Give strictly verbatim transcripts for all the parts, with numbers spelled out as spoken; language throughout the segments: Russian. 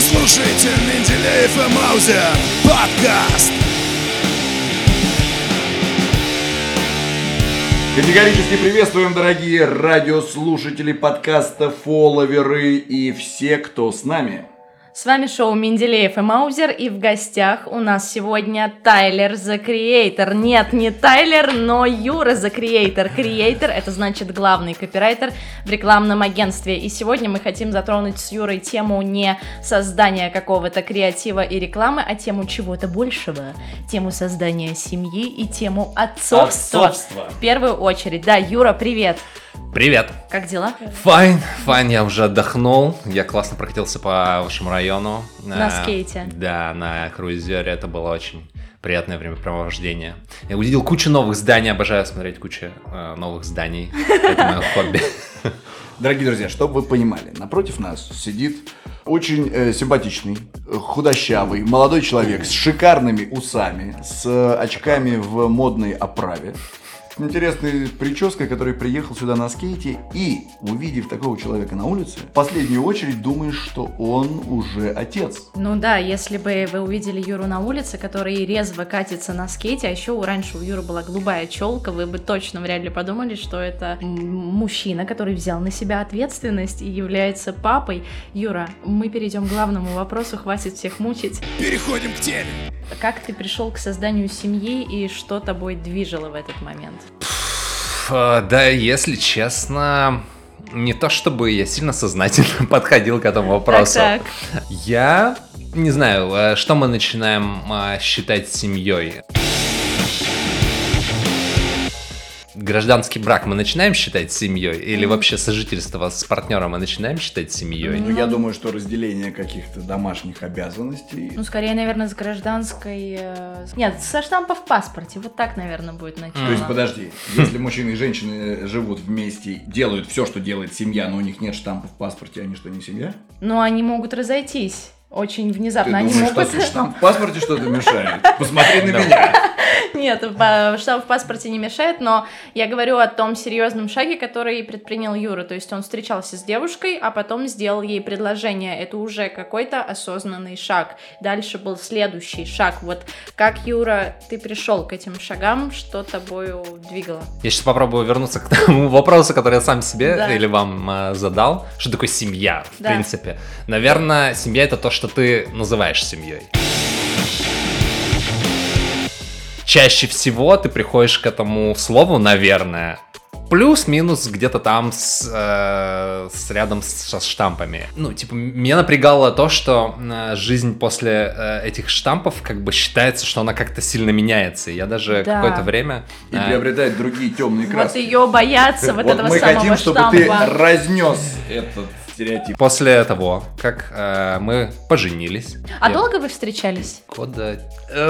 слушаете Менделеев и Маузер подкаст. Категорически приветствуем, дорогие радиослушатели подкаста, фолловеры и все, кто с нами. С вами шоу Менделеев и Маузер, и в гостях у нас сегодня Тайлер The Creator. Нет, не Тайлер, но Юра The Creator. Creator — это значит главный копирайтер в рекламном агентстве. И сегодня мы хотим затронуть с Юрой тему не создания какого-то креатива и рекламы, а тему чего-то большего. Тему создания семьи и тему отцовства. Отцовство. В первую очередь. Да, Юра, привет. Привет. Как дела? Файн, файн, я уже отдохнул. Я классно прокатился по вашему району. На скейте. Да, на круизере. Это было очень приятное времяпровождение. Я увидел кучу новых зданий, обожаю смотреть кучу э, новых зданий. Это мое хобби. Дорогие друзья, чтобы вы понимали, напротив нас сидит очень э, симпатичный, худощавый, молодой человек с шикарными усами, с очками в модной оправе, с интересной прической, который приехал сюда на скейте, и, увидев такого человека на улице, в последнюю очередь думаешь, что он уже отец. Ну да, если бы вы увидели Юру на улице, который резво катится на скейте, а еще раньше у Юры была голубая челка, вы бы точно вряд ли подумали, что это мужчина, который взял на себя ответственность и является папой. Юра, мы перейдем к главному вопросу, хватит всех мучить. Переходим к теме. Как ты пришел к созданию семьи и что тобой движило в этот момент? Пфф, да, если честно, не то чтобы я сильно сознательно подходил к этому вопросу. Так, так. Я не знаю, что мы начинаем считать семьей. Гражданский брак мы начинаем считать семьей? Или mm. вообще сожительство с партнером мы начинаем считать семьей? Ну, я думаю, что разделение каких-то домашних обязанностей. Ну, скорее, наверное, с гражданской... Нет, со штампа в паспорте. Вот так, наверное, будет начало. То есть, подожди, если мужчины и женщины живут вместе, делают все, что делает семья, но у них нет штампа в паспорте, они что, не семья? Ну, они могут разойтись. Очень внезапно. Ты они думаешь, могут... что штамп в паспорте что-то мешает? Посмотри на меня. Нет, штамп в паспорте не мешает, но я говорю о том серьезном шаге, который предпринял Юра. То есть он встречался с девушкой, а потом сделал ей предложение. Это уже какой-то осознанный шаг. Дальше был следующий шаг. Вот как, Юра, ты пришел к этим шагам, что тобою двигало? Я сейчас попробую вернуться к тому вопросу, который я сам себе Да. или вам э, задал. Что такое семья, в Да. принципе? Наверное, семья — это то, что ты называешь семьей. Чаще всего ты приходишь к этому слову, наверное, плюс-минус где-то там с, э, с рядом с, со штампами. Ну, типа, меня напрягало то, что э, жизнь после э, этих штампов как бы считается, что она как-то сильно меняется. И я даже Да. какое-то время... И э, приобретает другие темные Вот краски. ее боятся, вот, Вот этого мы самого хотим, чтобы штампа. ты разнес этот стереотип. После того, как э, мы поженились... А я- долго вы встречались? Года...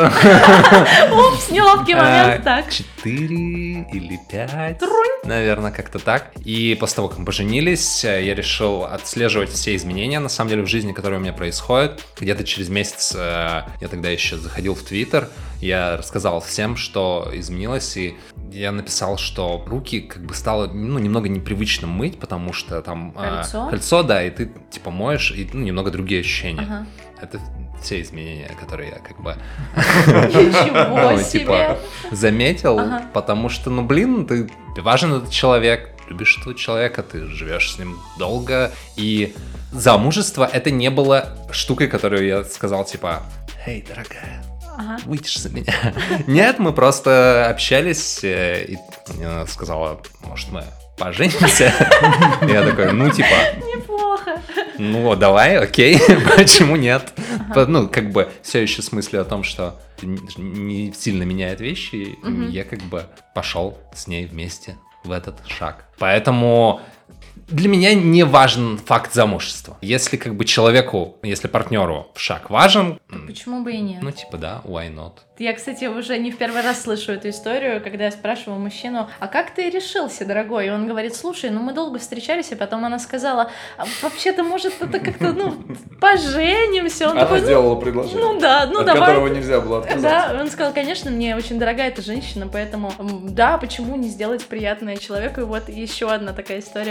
Упс, неловкий момент, так. Четыре или пять, Трунь. наверное, как-то так. И после того, как мы поженились, я решил отслеживать все изменения, на самом деле, в жизни, которые у меня происходят. Где-то через месяц э, я тогда еще заходил в Твиттер, я рассказал всем, что изменилось, и я написал, что руки как бы стало, ну, немного непривычно мыть, потому что там... э, Кольцо? кольцо, да, и ты, типа, моешь, и, ну, немного другие ощущения. Ага. Это все изменения, которые я как бы... Ничего ну, себе. типа, заметил, Ага. потому что, ну, блин, ты важен этот человек, любишь этого человека, ты живешь с ним долго, и замужество — это не было штукой, которую я сказал, типа, «Эй, дорогая, Ага. выйдешь за меня». Нет, мы просто общались, э, и она сказала, может, мы поженимся? Я такой, ну, типа... Неплохо. Ну, давай, окей, почему нет? Ага. Ну, как бы, все еще с мыслью о том, что не сильно меняет вещи, угу. Я как бы пошел с ней вместе в этот шаг. Поэтому для меня не важен факт замужества. Если как бы человеку, если партнеру шаг важен... Почему бы и нет? Ну, типа, да, why not? Я, кстати, уже не в первый раз слышу эту историю, когда я спрашивала мужчину, а как ты решился, дорогой? И он говорит, слушай, ну мы долго встречались, и потом она сказала, а вообще-то, может, это как-то, ну, поженимся. Он Она такой, сделала ну, предложение, ну да, ну от давай. которого нельзя было отказаться. Да, он сказал, конечно, мне очень дорогая эта женщина, поэтому, да, почему не сделать приятное человеку? И вот еще одна такая история вкопилась.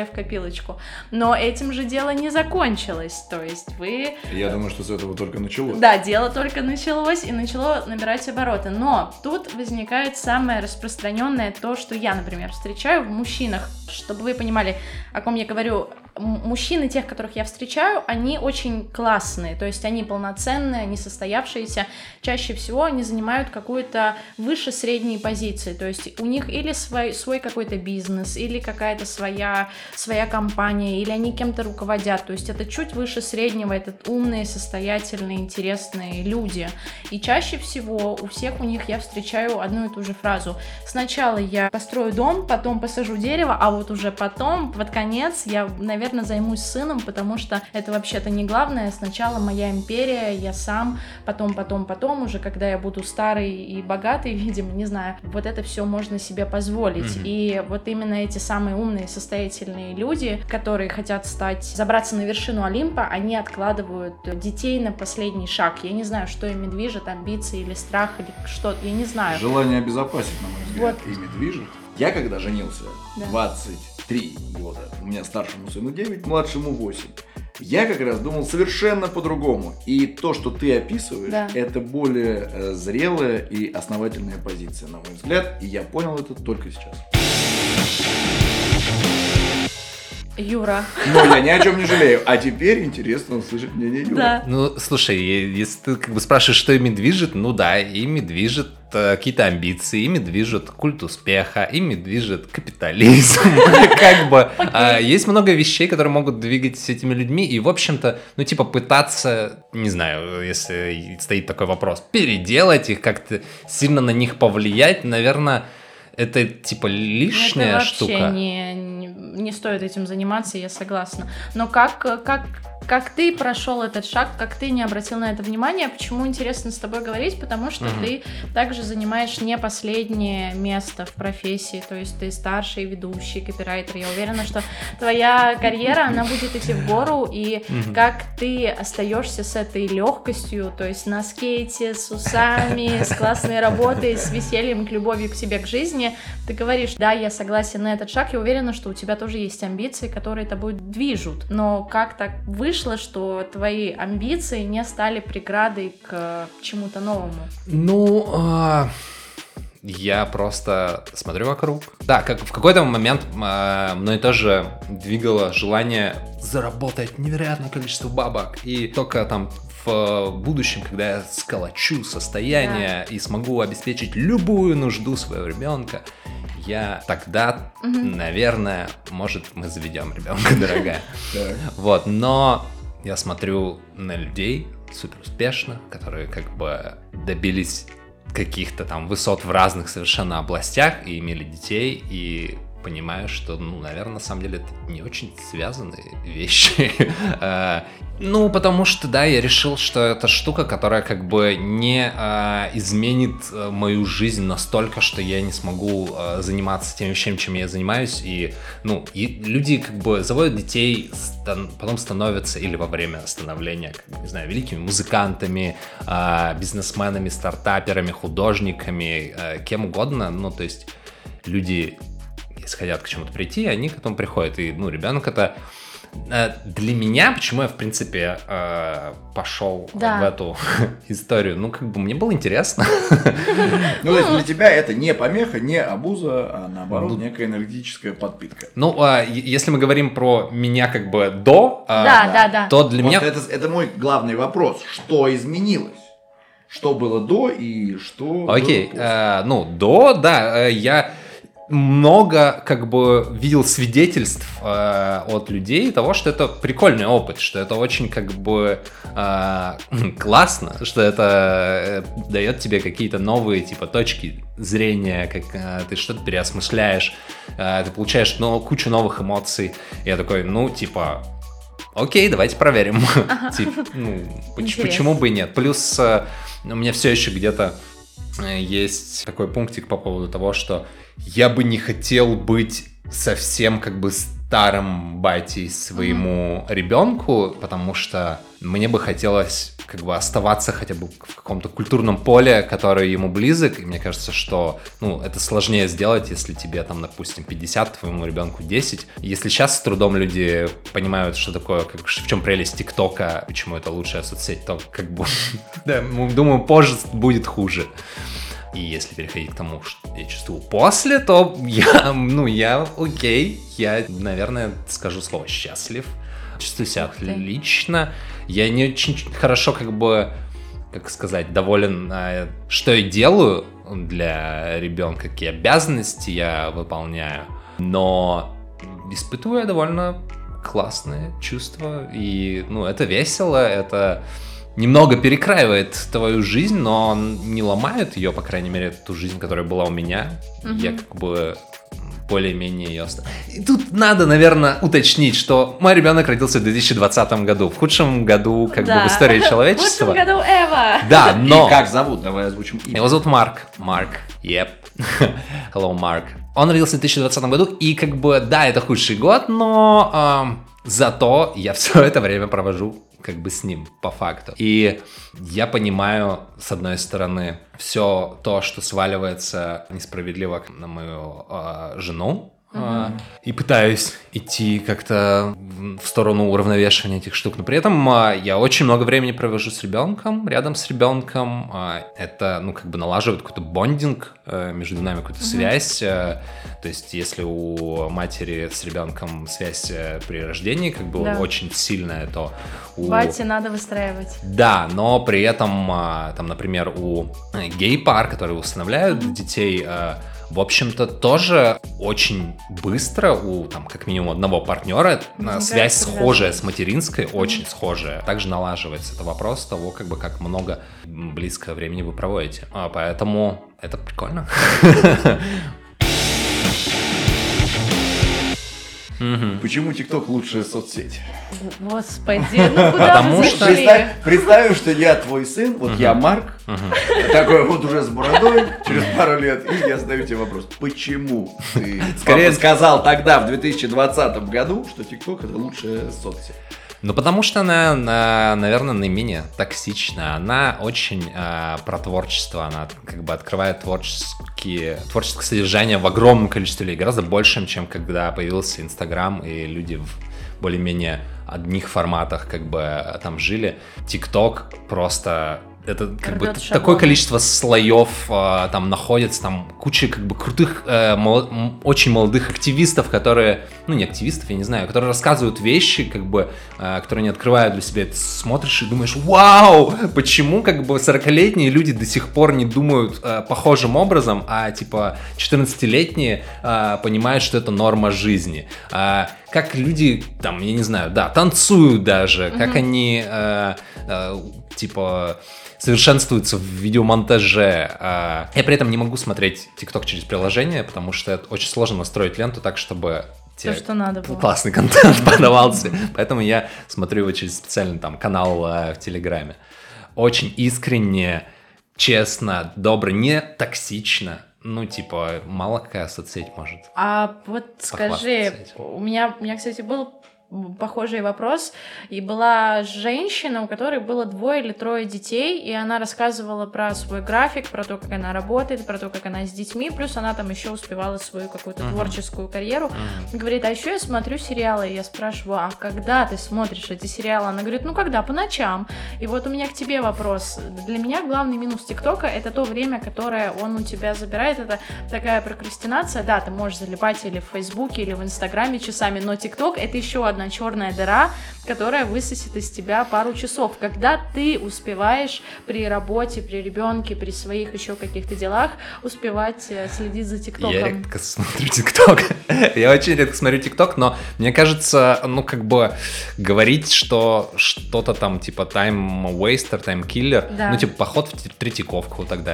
бутылочку. Но этим же дело не закончилось, то есть вы... Я думаю, что с этого только началось. Да, дело только началось и начало набирать обороты, но тут возникает самое распространенное то, что я, например, встречаю в мужчинах, чтобы вы понимали, о ком я говорю. Мужчины, тех, которых я встречаю, они очень классные, то есть они полноценные, они состоявшиеся, чаще всего они занимают какую-то выше средней позиции, то есть у них или свой, свой какой-то бизнес, или какая-то своя, своя компания, или они кем-то руководят, то есть это чуть выше среднего, это умные, состоятельные, интересные люди, и чаще всего у всех у них я встречаю одну и ту же фразу: сначала я построю дом, потом посажу дерево, а вот уже потом, под конец, я, наверное, займусь сыном, потому что это вообще-то не главное. Сначала моя империя, я сам, потом, потом, потом, уже когда я буду старый и богатый, видимо, не знаю, вот это все можно себе позволить. Mm-hmm. И вот именно эти самые умные, состоятельные люди, которые хотят стать, забраться на вершину Олимпа, они откладывают детей на последний шаг. Я не знаю, что ими движет, амбиции или страх, или что, я не знаю. Желание обезопасить, на мой взгляд, вот. ими движет. Я когда женился, да. двадцать три года, у меня старшему сыну девять, младшему восемь, я как раз думал совершенно по-другому. И то, что ты описываешь, да. это более э, зрелая и основательная позиция, на мой взгляд, и я понял это только сейчас. Юра. Но я ни о чем не жалею. А теперь интересно услышать мнение Юры. Да. Ну, слушай, если ты как бы спрашиваешь, что ими движет, ну да, ими движет э, какие-то амбиции, ими движет культ успеха, ими движет капитализм. Как бы есть много вещей, которые могут двигать этими людьми, и, в общем-то, ну, типа, пытаться, не знаю, если стоит такой вопрос, переделать их, как-то сильно на них повлиять, наверное, это, типа, лишняя штука. Это вообще не, не, не стоит этим заниматься, я согласна. Но как, как, как ты прошел этот шаг, как ты не обратил на это внимание, почему интересно с тобой говорить? Потому что mm-hmm. ты также занимаешь не последнее место в профессии, то есть ты старший ведущий, копирайтер. Я уверена, что твоя карьера, она будет идти в гору, и mm-hmm. как ты остаешься с этой легкостью, то есть на скейте, с усами, с классной работой, с весельем, к любови к себе, к жизни, ты говоришь: да, я согласен на этот шаг, я уверена, что у тебя тоже есть амбиции, которые тобой движут, но как так вышло, что твои амбиции не стали преградой к чему-то новому? Ну, а... я просто смотрю вокруг. Да, как в какой-то момент э, мной тоже двигало желание заработать невероятное количество бабок, и только там в будущем, когда я сколочу состояние да. и смогу обеспечить любую нужду своего ребенка, я тогда, угу. наверное, может, мы заведем ребенка, дорогая. Вот, но я смотрю на людей супер успешных, которые как бы добились каких-то там высот в разных совершенно областях и имели детей, и понимаю, что, ну, наверное, на самом деле это не очень связанные вещи. Ну, потому что, да, я решил, что это штука, которая как бы не изменит мою жизнь настолько, что я не смогу заниматься тем вещами, чем я занимаюсь. И, ну, и люди как бы заводят детей, потом становятся или во время становления, как, не знаю, великими музыкантами, бизнесменами, стартаперами, художниками, кем угодно. Ну, то есть люди... если хотят к чему-то прийти, они к этому приходят. И, ну, ребенок это... Для меня, почему я, в принципе, пошел да. в эту историю, ну, как бы мне было интересно. Ну, то есть для тебя это не помеха, не обуза, а наоборот, некая энергетическая подпитка. Ну, если мы говорим про меня как бы до, да, да, да. то для меня... Это мой главный вопрос. Что изменилось? Что было до и что... Окей, ну, до, да, я... много как бы видел свидетельств э, от людей того, что это прикольный опыт, что это очень как бы э, классно, что это э, дает тебе какие-то новые типа точки зрения, как э, ты что-то переосмысляешь, э, ты получаешь ну, кучу новых эмоций. И я такой, ну типа, окей, давайте проверим, типа, ну почему бы и нет. Плюс у меня все еще где-то есть такой пунктик по поводу того, что я бы не хотел быть совсем как бы старым батей своему mm-hmm. ребенку, потому что мне бы хотелось как бы оставаться хотя бы в каком-то культурном поле, которое ему близок, и мне кажется, что, ну, это сложнее сделать, если тебе там, допустим, пятьдесят, твоему ребенку десять. Если сейчас с трудом люди понимают, что такое, как, в чем прелесть ТикТока, почему это лучшая соцсеть, то как бы, да, думаю, позже будет хуже. И если переходить к тому, что я чувствую после, то я, ну, я окей, я, наверное, скажу слово «счастлив». Чувствую себя отлично. Я не очень хорошо, как бы, как сказать, доволен, что я делаю для ребенка, какие обязанности я выполняю. Но испытываю я довольно классные чувства. И, ну, это весело, это немного перекраивает твою жизнь, но не ломает ее, по крайней мере, ту жизнь, которая была у меня. Mm-hmm. Я как бы более-менее ее оставил. И тут надо, наверное, уточнить, что мой ребенок родился в две тысячи двадцатом году, в худшем году, как да. бы, в истории человечества. В худшем году Эва. Да, но... И как зовут? Давай озвучим имя. Его зовут Марк. Марк, yep. Hello, Марк. Он родился в две тысячи двадцатом году, и как бы, да, это худший год, но э, зато я все это время провожу как бы с ним, по факту. И я понимаю, с одной стороны, все то, что сваливается несправедливо на мою э, жену, Uh-huh. и пытаюсь идти как-то в сторону уравновешивания этих штук. Но при этом я очень много времени провожу с ребенком, рядом с ребенком. Это, ну, как бы налаживает какой-то бондинг между нами, какую-то uh-huh. связь. То есть, если у матери с ребенком связь при рождении как бы да. очень сильная, то у... Бате надо выстраивать. Да, но при этом, там, например, у гей-пар, которые усыновляют uh-huh. детей, в общем-то, тоже очень быстро у, там, как минимум одного партнера mm-hmm. связь схожая с материнской, mm-hmm. очень схожая. Также налаживается. Это вопрос того, как бы, как много близкого времени вы проводите. А, поэтому это прикольно. Почему ТикТок лучшая соцсеть? Господи, ну куда Потому вы что... зашли? Представь, представь, что я твой сын, вот uh-huh. я Марк, uh-huh. такой вот уже с бородой, через пару лет, и я задаю тебе вопрос, почему ты Скорее... сказал тогда, в две тысячи двадцатом году, что ТикТок это лучшая соцсеть? Ну, потому что она, она, наверное, наименее токсична. Она очень э, про творчество. Она как бы открывает творческие, творческое содержание в огромном количестве людей. Гораздо большим, чем когда появился Инстаграм, и люди в более-менее одних форматах как бы там жили. ТикТок просто... Это как бы шаблон. Такое количество слоев э, там находится, там куча как бы крутых, э, мол, очень молодых активистов, которые, ну не активистов, я не знаю, которые рассказывают вещи, как бы, э, которые не открывают для себя. Ты смотришь и думаешь, вау, почему как бы сорокалетние люди до сих пор не думают э, похожим образом, а типа четырнадцатилетние э, понимают, что это норма жизни. Э, как люди, там, я не знаю, да, танцуют даже, mm-hmm. как они, э, э, типа... совершенствуется в видеомонтаже. Я при этом не могу смотреть ТикТок через приложение, потому что это очень сложно настроить ленту так, чтобы то, что надо было. Классный контент подавался. Поэтому я смотрю его через специальный там канал в Телеграме. Очень искренне, честно, добро, не токсично. Ну, типа, мало какая соцсеть может. А вот скажи, у меня, у меня, кстати, был похожий вопрос, и была женщина, у которой было двое или трое детей, и она рассказывала про свой график, про то, как она работает, про то, как она с детьми, плюс она там еще успевала свою какую-то uh-huh. творческую карьеру. Uh-huh. Говорит, а еще я смотрю сериалы, и я спрашиваю, а когда ты смотришь эти сериалы? Она говорит, ну когда, по ночам. И вот у меня к тебе вопрос. Для меня главный минус ТикТока — это то время, которое он у тебя забирает, это такая прокрастинация. Да, ты можешь залипать или в Фейсбуке, или в Инстаграме часами, но ТикТок — это еще одна одна черная дыра, которая высосет из тебя пару часов. Когда ты успеваешь при работе, при ребенке, при своих еще каких-то делах успевать следить за ТикТоком? Я редко смотрю ТикТок. Я очень редко смотрю ТикТок, но мне кажется, ну как бы говорить, что что-то там типа тайм-вейстер, тайм-киллер, да. ну типа поход в Третьяковку тогда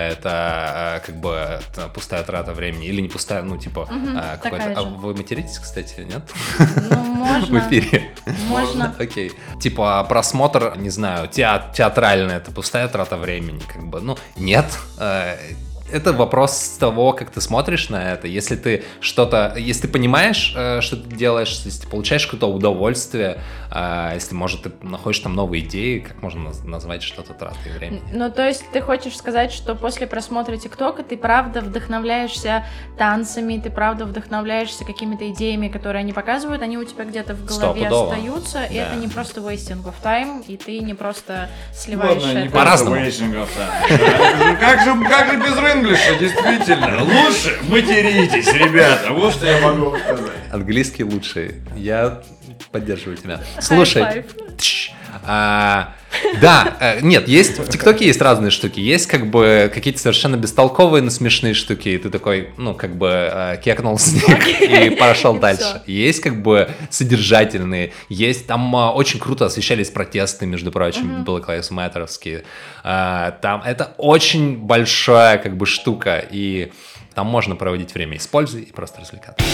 это как бы это пустая трата времени или не пустая, ну типа угу, какой-то... А вы материтесь, кстати, нет? Ну, можно. В эфире. Можно. Окей. Типа просмотр, не знаю, теат- театральный, это пустая трата времени, как бы, ну, нет. это вопрос того, как ты смотришь на это. Если ты что-то, если ты понимаешь, что ты делаешь, если ты получаешь какое-то удовольствие, если, может, ты находишь там новые идеи, как можно назвать что-то тратой времени? Ну, то есть ты хочешь сказать, что после просмотра ТикТока ты правда вдохновляешься танцами, ты правда вдохновляешься какими-то идеями, которые они показывают, они у тебя где-то в голове Стопудово. остаются, Да. и это не просто wasting of time, и ты не просто сливаешь Ладно, не это. По-разному. просто wasting of time. Как же, как же без рынглиша, действительно. Лучше материтесь, ребята. Вот что я могу вам сказать. Английский лучший. Я поддерживаю тебя. Слушай. High five. тш, а, да, э, нет, есть в ТикТоке есть разные штуки. Есть как бы какие-то совершенно бестолковые, но смешные штуки. И ты такой, ну, как бы э, кекнул с них и пошел И дальше. Есть как бы содержательные. Есть там э, очень круто освещались протесты, между прочим, Black Lives Matter'овские. Э, Там это очень большая как бы штука. И там можно проводить время и с пользой, и просто развлекаться.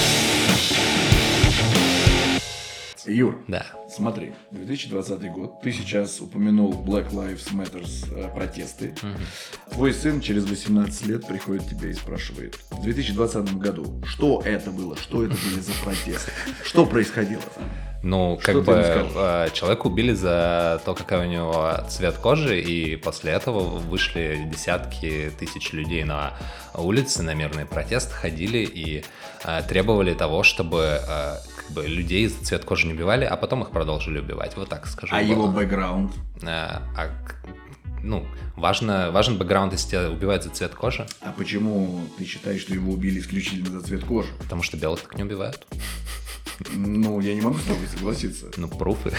Юр, Да. смотри, две тысячи двадцатый год, ты сейчас упомянул Black Lives Matters э, протесты. Твой сын через восемнадцать лет приходит к тебе и спрашивает: в две тысячи двадцатом году что это было, что это были за протесты, что происходило там? Ну, Что как ты ему бы скажешь? э, человека убили за то, какой у него цвет кожи, и после этого вышли десятки тысяч людей на улицы, на мирные протесты, ходили и э, требовали того, чтобы э, как бы людей за цвет кожи не убивали, а потом их продолжили убивать. Вот так скажу. А было. его бэкграунд? Э, а к- ну, важно, важен бэкграунд, если тебя убивают за цвет кожи, А почему ты считаешь, что его убили исключительно за цвет кожи? потому что белых так не убивают. Ну, я не могу с тобой согласиться. Ну, пруфы.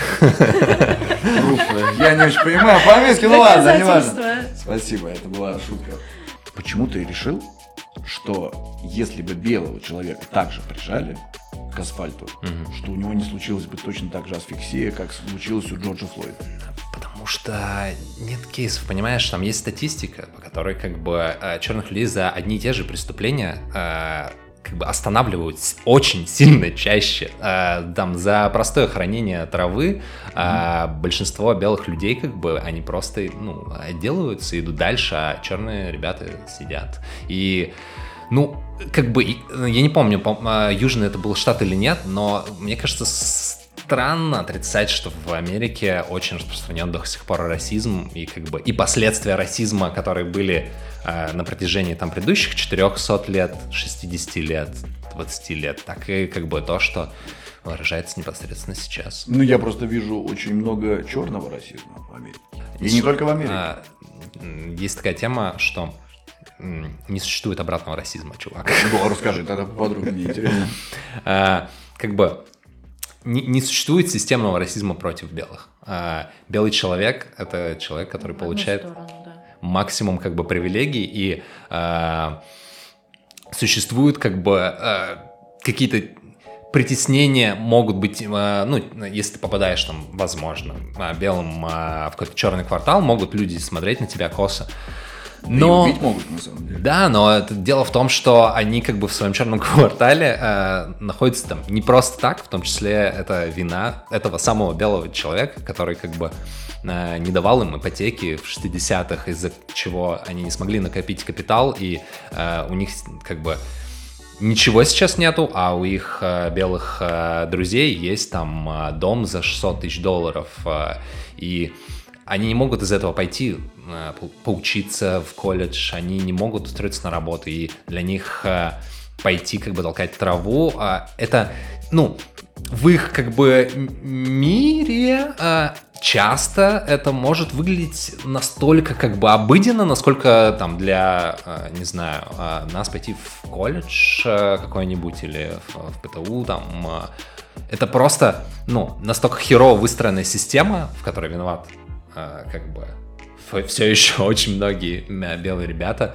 Я не очень понимаю по-английски, ну ладно, не важно. Доказательства. Спасибо, это была шутка. Почему ты решил, что если бы белого человека также прижали к асфальту, что у него не случилось бы точно так же асфиксия, как случилось у Джорджа Флойда? Потому что нет кейсов, понимаешь, там есть статистика, по которой как бы э, черных людей за одни и те же преступления э, как бы останавливают с- очень сильно чаще. Э, там за простое хранение травы э, большинство белых людей как бы они просто ну отделываются, идут дальше, а черные ребята сидят. И ну, как бы, и- я не помню, пом- э, южный это был штат или нет, но мне кажется, странно отрицать, что в Америке очень распространен до сих пор расизм и как бы и последствия расизма, которые были э, на протяжении там предыдущих четырехсот лет, шестидесяти лет, двадцати лет, так и как бы то, что выражается непосредственно сейчас. Ну, я просто вижу очень много черного расизма в Америке. И не только в Америке. А, м, есть такая тема, что м, не существует обратного расизма, чувак. Ну, расскажи, тогда поподробнее, мне интересно. А, как бы не, не существует системного расизма против белых. А, белый человек — это человек, который В одну получает сторону, да. максимум как бы привилегий, и а, существуют как бы а, какие-то притеснения могут быть, а, ну, если ты попадаешь там, возможно, а, белым а, в какой-то черный квартал, могут люди смотреть на тебя косо. Но... И убить могут, на самом деле. Да, но это дело в том, что они как бы в своем черном квартале э, находятся там не просто так, в том числе это вина этого самого белого человека, который как бы э, не давал им ипотеки в шестидесятых, из-за чего они не смогли накопить капитал, и э, у них как бы ничего сейчас нету, а у их э, белых э, друзей есть там э, дом за шестьсот тысяч долларов, э, и они не могут из этого пойти э, по- поучиться в колледж, они не могут устроиться на работу, и для них э, пойти как бы толкать траву, э, это, ну, в их как бы м- мире э, часто это может выглядеть настолько как бы обыденно, насколько там для, э, не знаю, э, нас пойти в колледж э, какой-нибудь или в, в ПТУ там. э, это просто, ну, настолько херово выстроенная система, в которой виноват э, как бы все еще очень многие э, белые ребята,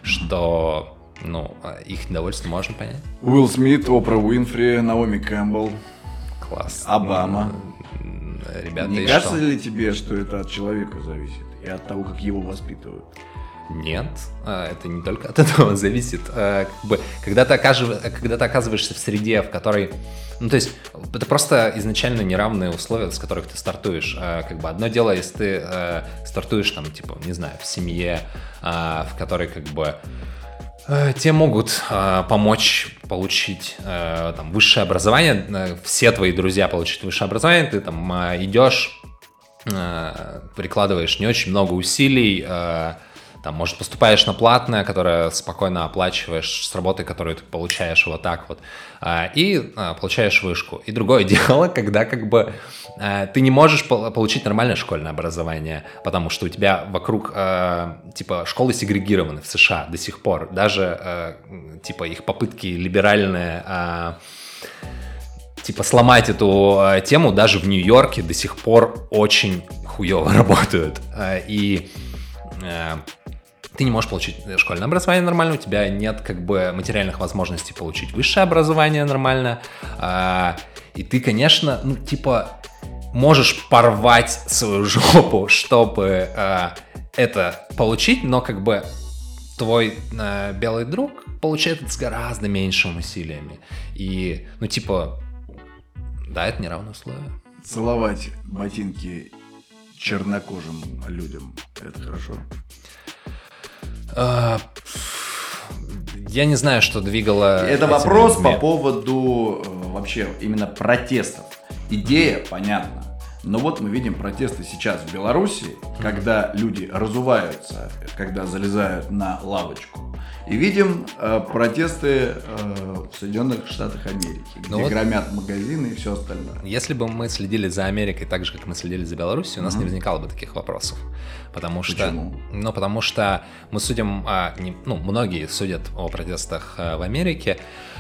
что, ну, э, их недовольство можно понять. Уилл Смит, Опра Уинфри, Наоми Кэмпбелл, Класс. Обама. М, Ребята, Не и кажется что? ли тебе, что это от человека зависит и от того, как его воспитывают? Нет, а, это не только от этого зависит. А, как бы, когда, ты окажив- когда ты оказываешься в среде, в которой... Ну, то есть, это просто изначально неравные условия, с которых ты стартуешь. А, как бы одно дело, если ты а, стартуешь, там, типа, не знаю, в семье, а, в которой, как бы, э, тебе могут э, помочь получить э, там, высшее образование. Э, все твои друзья получат высшее образование. Ты там э, идешь, э, прикладываешь не очень много усилий, э, там, может, поступаешь на платное, которое спокойно оплачиваешь с работы, которую ты получаешь вот так вот, э, и э, получаешь вышку. И другое дело, когда как бы э, ты не можешь пол- получить нормальное школьное образование, потому что у тебя вокруг э, типа школы сегрегированы в США до сих пор. Даже э, типа их попытки либеральные э, типа сломать эту э, тему даже в Нью-Йорке до сих пор очень хуёво работают. Э, и э, ты не можешь получить школьное образование нормально, у тебя нет как бы материальных возможностей получить высшее образование нормально. Э, и ты, конечно, ну типа можешь порвать свою жопу, чтобы э, это получить, но как бы твой э, белый друг получает это с гораздо меньшими усилиями. И, ну, типа, да, это неравные условия. Целовать ботинки чернокожим людям — это хорошо? Э, я не знаю, что двигало... Это этими вопрос людьми. по поводу э, вообще именно протестов. Идея понятна. Но вот мы видим протесты сейчас в Беларуси, когда люди разуваются, когда залезают на лавочку. И видим э, протесты э, в Соединенных Штатах Америки, где Ну вот- громят магазины и все остальное. Если бы мы следили за Америкой так же, как мы следили за Беларусью, у нас не возникало бы таких вопросов. Потому что, Почему? ну, потому что мы судим, а, не- ну, многие судят о протестах а, в Америке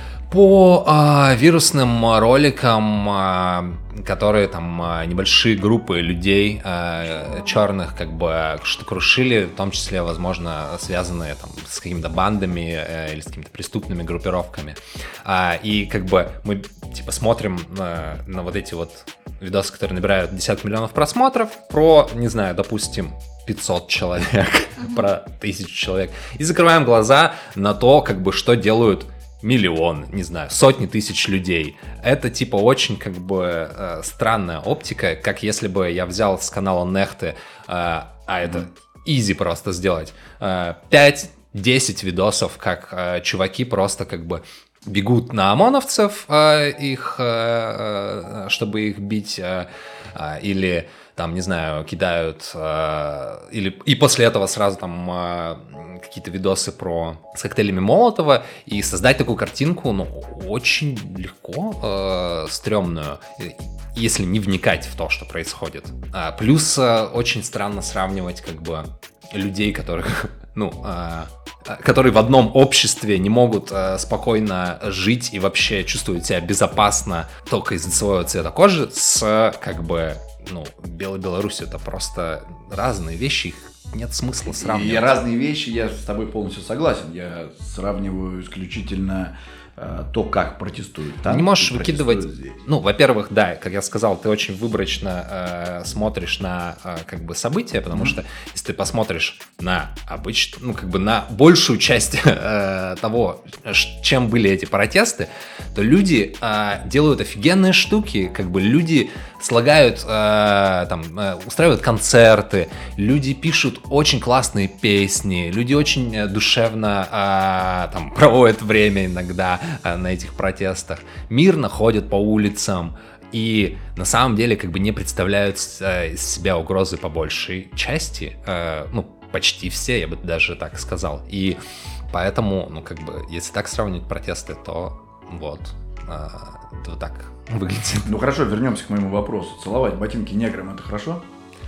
по а, вирусным роликам, а, которые там а, небольшие группы людей а, черных как бы что крушили, в том числе, возможно, связанные там с какими-то бандами э, или с какими-то преступными группировками. А, и как бы мы типа смотрим на, на вот эти вот видосы, которые набирают десятки миллионов просмотров, про, не знаю, допустим, пятьсот человек, про тысячу человек, и закрываем глаза на то, как бы, что делают миллион, не знаю, сотни тысяч людей. Это типа очень как бы э, странная оптика, как если бы я взял с канала Нехты, э, а это изи просто сделать, э, пять-десять видосов, как э, чуваки просто как бы бегут на ОМОНовцев, э, их, э, э, чтобы их бить, э, э, или там, не знаю, кидают, э, или и после этого сразу там э, какие-то видосы про с коктейлями Молотова, и создать такую картинку, ну, очень легко, э, стрёмную, если не вникать в то, что происходит. А, плюс э, очень странно сравнивать как бы людей, которых, ну, э, которые в одном обществе не могут э, спокойно жить и вообще чувствуют себя безопасно только из-за своего цвета кожи, с как бы, ну, Белой Беларусью. Это просто разные вещи, их нет смысла сравнивать. И разные вещи, я с тобой полностью согласен. Я сравниваю исключительно э, то, как протестуют там. Не можешь и выкидывать. протестуют здесь. Ну, во-первых, да, как я сказал, ты очень выборочно э, смотришь на э, как бы события, потому mm-hmm. что если ты посмотришь на обычно, ну, как бы на большую часть э, того, ш- чем были эти протесты, то люди э, делают офигенные штуки, как бы люди слагают, э, там, э, устраивают концерты, люди пишут очень классные песни, люди очень э, душевно э, там проводят время иногда э, на этих протестах, мирно ходят по улицам и на самом деле как бы не представляют э, из себя угрозы по большей части, э, ну, почти все, я бы даже так сказал. И поэтому, ну, как бы, если так сравнивать протесты, то вот, э, это вот так выглядит. Ну хорошо, вернемся к моему вопросу. Целовать ботинки неграм — это хорошо?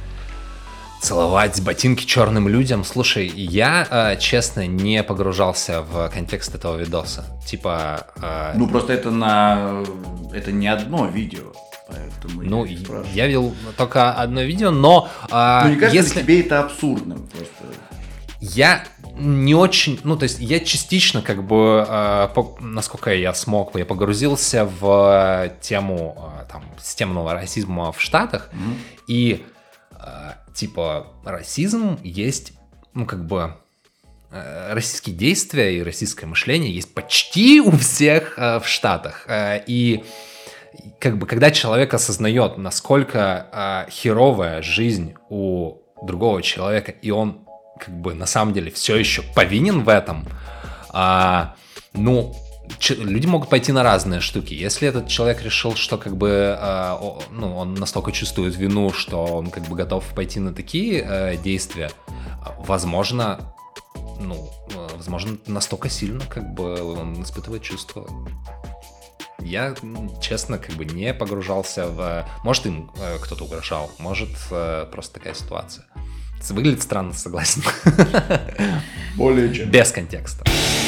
Целовать ботинки черным людям. Слушай, я, э, честно, не погружался в контекст этого видоса. Типа... э, Ну просто это на... это не одно видео. Поэтому ну, я и спрашиваю. я видел только одно видео, но... э, Ну не кажется если... ли тебе это абсурдным просто? Я не очень, ну, то есть я частично, как бы, э, по, насколько я смог, я погрузился в тему э, там, системного расизма в Штатах, Mm-hmm. и э, типа расизм есть, ну, как бы, э, российские действия и российское мышление есть почти у всех э, в Штатах, э, и как бы, когда человек осознает, насколько э, херовая жизнь у другого человека, и он как бы на самом деле все еще повинен в этом, А, ну, ч- люди могут пойти на разные штуки. Если этот человек решил, что как бы, а, о, ну, он настолько чувствует вину, что он как бы готов пойти на такие а, действия, возможно, ну, возможно, настолько сильно как бы он испытывает чувства. Я, честно, как бы не погружался в... Может, им э, кто-то угрожал, может, э, просто такая ситуация. Выглядит странно, согласен. Более чем. Без контекста.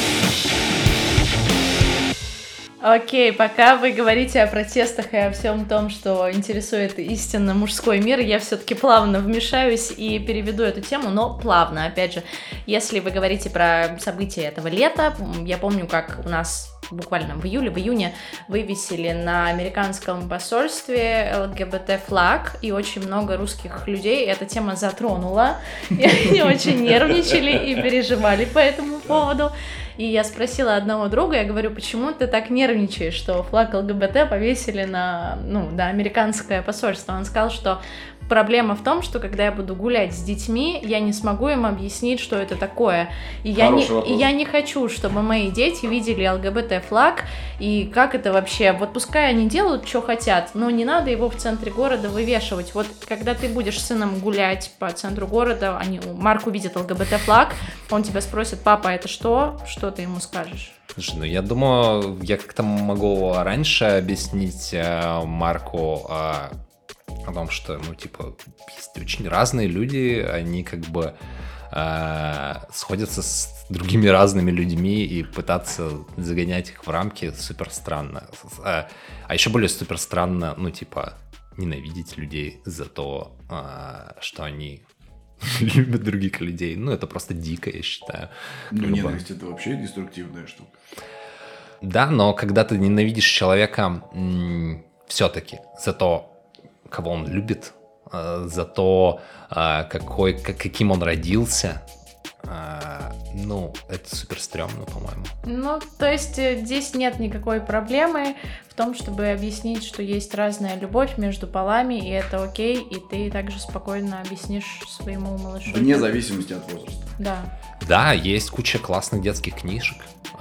Окей, пока вы говорите о протестах и о всем том, что интересует истинно мужской мир, я все-таки плавно вмешаюсь и переведу эту тему, но плавно, опять же. Если вы говорите про события этого лета, я помню, как у нас буквально в июле, в июне вывесили на американском посольстве ЛГБТ флаг, и очень много русских людей эта тема затронула, и они очень нервничали и переживали по этому поводу. И я спросила одного друга, я говорю, почему ты так нервничаешь, что флаг ЛГБТ повесили на, ну, на американское посольство? Он сказал, что проблема в том, что когда я буду гулять с детьми, я не смогу им объяснить, что это такое. И я, не, и я не хочу, чтобы мои дети видели ЛГБТ-флаг, и как это вообще... Вот пускай они делают, что хотят, но не надо его в центре города вывешивать. Вот когда ты будешь с сыном гулять по центру города, они, Марк увидит ЛГБТ-флаг, он тебя спросит, папа, это что? Что ты ему скажешь? Слушай, ну я думаю, я как-то могу раньше объяснить э, Марку... Э, о том, что, ну, типа, есть очень разные люди, они как бы э, сходятся с другими разными людьми, и пытаться загонять их в рамки супер странно. А, а еще более супер странно, ну, типа, ненавидеть людей за то, э, что они любят других людей. Ну, это просто дико, я считаю. Ну, Как бы... ненависть — это вообще деструктивная штука. Да, но когда ты ненавидишь человека м- все-таки за то, кого он любит, э, за то, э, какой, как, каким он родился, э, ну, это супер стрёмно, по-моему. Ну, то есть здесь нет никакой проблемы в том, чтобы объяснить, что есть разная любовь между полами, и это окей, и ты также спокойно объяснишь своему малышу. Вне зависимости от возраста. Да. Да, есть куча классных детских книжек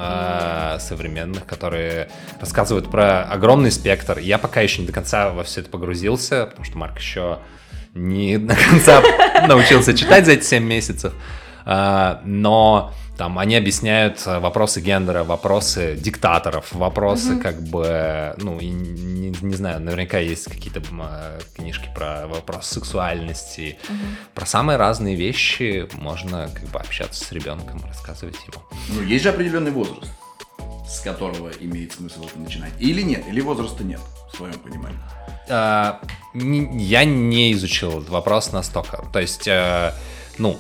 э, современных, которые рассказывают про огромный спектр. Я пока еще не до конца во все это погрузился, потому что Марк еще не до конца научился читать за эти семь месяцев. Uh, но там они объясняют вопросы гендера, вопросы диктаторов, вопросы mm-hmm. как бы, ну, и не, не знаю, наверняка есть какие-то uh, книжки про вопрос сексуальности, mm-hmm. про самые разные вещи можно как бы общаться с ребенком, рассказывать ему. Ну, есть же определенный возраст, с которого имеет смысл это начинать. Или нет, или возраста нет, в своем понимании. Uh, не, я не изучил этот вопрос настолько, то есть, uh, ну,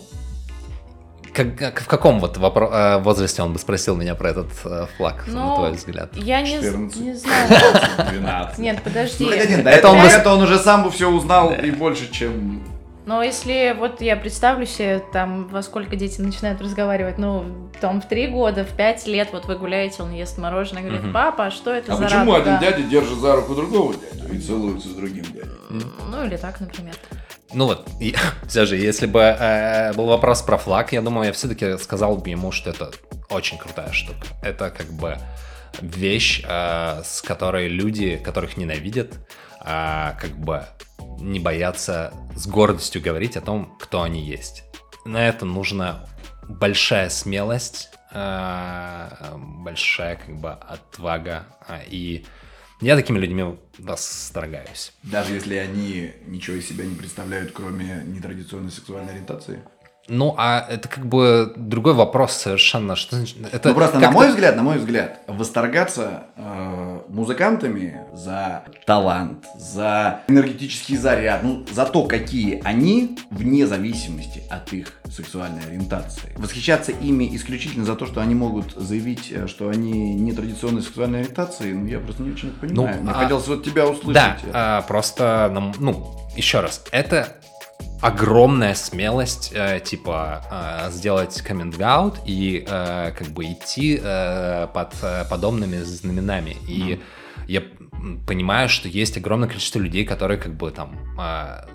Как, как, в каком вот вопро- возрасте он бы спросил меня про этот э, флаг, ну, на твой взгляд? Я не, не знаю. двенадцать. Нет, подожди. Ну, нет, это, это, он он, бы... это он уже сам бы все узнал, да. И больше, чем... Но если вот я представлю себе, там, во сколько дети начинают разговаривать, ну, там, в три года, в пять лет, вот вы гуляете, он ест мороженое, говорит, uh-huh. папа, а что это а за почему радуга? один дядя держит за руку другого дядю и целуется с другим дядей? Ну, или так, например. Ну вот, и, все же, если бы э, был вопрос про флаг, я думаю, я все-таки сказал бы ему, что это очень крутая штука. Это как бы вещь, э, с которой люди, которых ненавидят, э, как бы не боятся с гордостью говорить о том, кто они есть. На это нужна большая смелость, э, большая как бы отвага, э, и я такими людьми восторгаюсь. Даже если они ничего из себя не представляют, кроме нетрадиционной сексуальной ориентации? Ну, а это как бы другой вопрос совершенно. Что значит? Это ну, просто, как-то... на мой взгляд, на мой взгляд, восторгаться э, музыкантами за талант, за энергетический заряд, ну, за то, какие они, вне зависимости от их сексуальной ориентации. Восхищаться ими исключительно за то, что они могут заявить, что они нетрадиционной сексуальной ориентации, ну, я просто не очень понимаю. Ну, Мне а... хотелось вот тебя услышать. Да, а, просто, ну, еще раз, это... огромная смелость, э, типа, э, сделать коммент-аут и э, как бы идти э, под э, подобными знаменами. И mm. я понимаю, что есть огромное количество людей, которые как бы там э,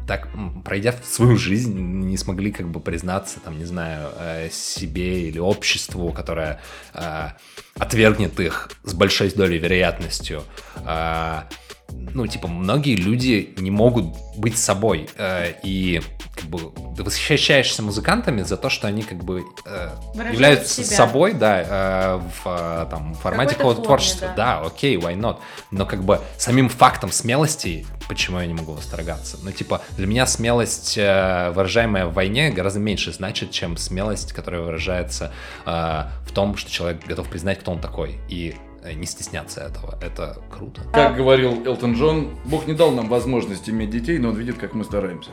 так, пройдя свою жизнь, не смогли как бы признаться, там, не знаю, себе или обществу, которое э, отвергнет их с большой долей вероятностью. Э, ну, типа, многие люди не могут быть собой, э, и как бы ты восхищаешься музыкантами за то, что они как бы э, являются себя. собой, да, э, в там, формате какого-то форме, творчества. да. Да, окей, why not? Но как бы самим фактом смелости, почему я не могу восторгаться? Ну, типа, для меня смелость, э, выражаемая в войне, гораздо меньше значит, чем смелость, которая выражается э, в том, что человек готов признать, кто он такой, и не стесняться этого. Это круто. Как говорил Элтон Джон, Бог не дал нам возможность иметь детей, но он видит, как мы стараемся.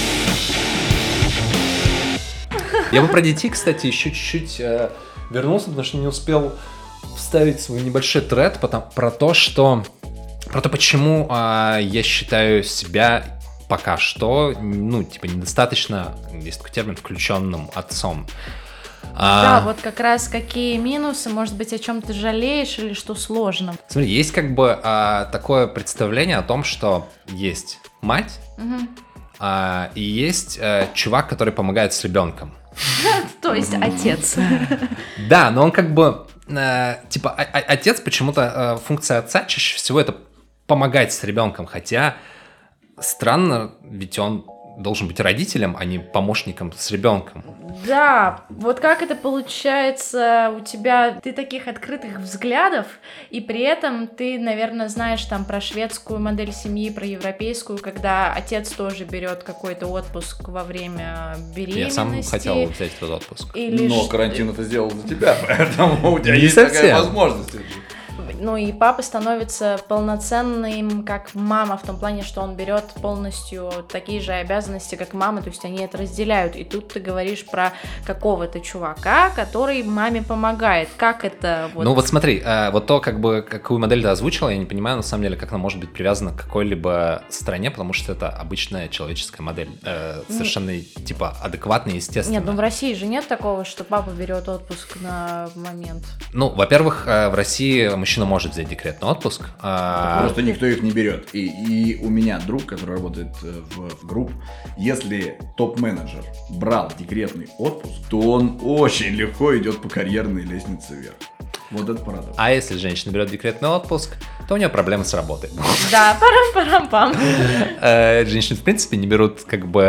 Я бы про детей, кстати, еще чуть-чуть э, вернулся, потому что не успел вставить свой небольшой тред потом, про то, что про то, почему э, я считаю себя пока что, ну, типа, недостаточно, есть такой термин, включенным отцом. Да, А, вот как раз какие минусы, может быть, о чем ты жалеешь или что сложно. Смотри, есть как бы а, такое представление о том, что есть мать, Мгм. а, и есть а, чувак, который помогает с ребенком. То есть отец. Да, но он как бы, э, типа, о- о- отец почему-то, э, функция отца чаще всего это помогать с ребенком, хотя странно, ведь он должен быть родителем, а не помощником с ребенком. Да, вот как это получается у тебя, ты таких открытых взглядов, и при этом ты, наверное, знаешь там про шведскую модель семьи, про европейскую, когда отец тоже берет какой-то отпуск во время беременности. Я сам хотел взять этот отпуск. Или Но ш- карантин это сделал за тебя, поэтому у тебя Не есть совсем. такая возможность. Ну и папа становится полноценным, как мама, в том плане, что он берет полностью такие же обязанности, как мама, то есть они это разделяют. И тут ты говоришь про какого-то чувака, который маме помогает. Как это вот... Ну вот смотри, э, вот то, как бы, какую модель ты озвучила, я не понимаю, на самом деле, как она может быть привязана к какой-либо стране, потому что это обычная человеческая модель, э, совершенно, типа, адекватная и естественная. Нет, ну в России же нет такого, что папа берет отпуск на момент. Ну, во-первых, э, в России мужчина может взять декретный отпуск. а, Просто никто их не берет. И, и у меня друг, который работает э, в, в групп, если топ-менеджер брал декретный отпуск, то он очень легко идет по карьерной лестнице вверх. Вот это парадокс. А если женщина берет декретный отпуск, то у нее проблемы с работой. Да, парам-парам-пам. Э, Женщины, в принципе, не берут как бы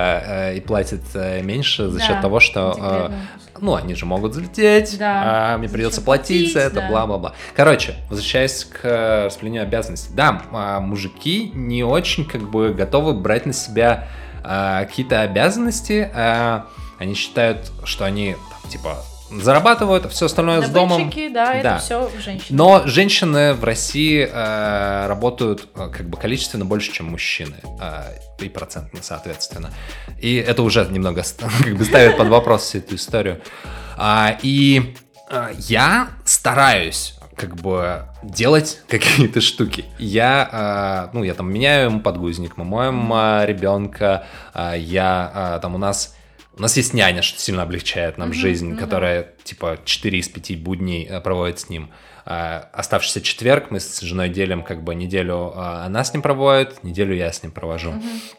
э, и платят э, меньше за счет Да, того, что э, декретный отпуск. ну, они же могут залететь, Да. а мне За придется счет платить за платить, это, да. бла-бла-бла. Короче, возвращаясь к э, распределению обязанностей. Да, а, мужики не очень как бы готовы брать на себя а, какие-то обязанности. а, Они считают, что они там, типа зарабатывают, а все остальное с домом. Добытчики, да, это Да. все женщины. Но женщины в России э, работают э, как бы количественно больше, чем мужчины, э, и процентно, соответственно. И это уже немного ст- как бы ставит под вопрос всю эту историю. А, и э, я стараюсь как бы делать какие-то штуки. Я, э, ну, я там меняю ему подгузник, мы моем э, ребенка, э, я э, там у нас У нас есть няня, что сильно облегчает нам Мгм, жизнь, ну которая, типа, четыре из пяти будней э, проводит с ним. Э, оставшийся четверг мы с женой делим, как бы, неделю э, она с ним проводит, неделю я с ним провожу.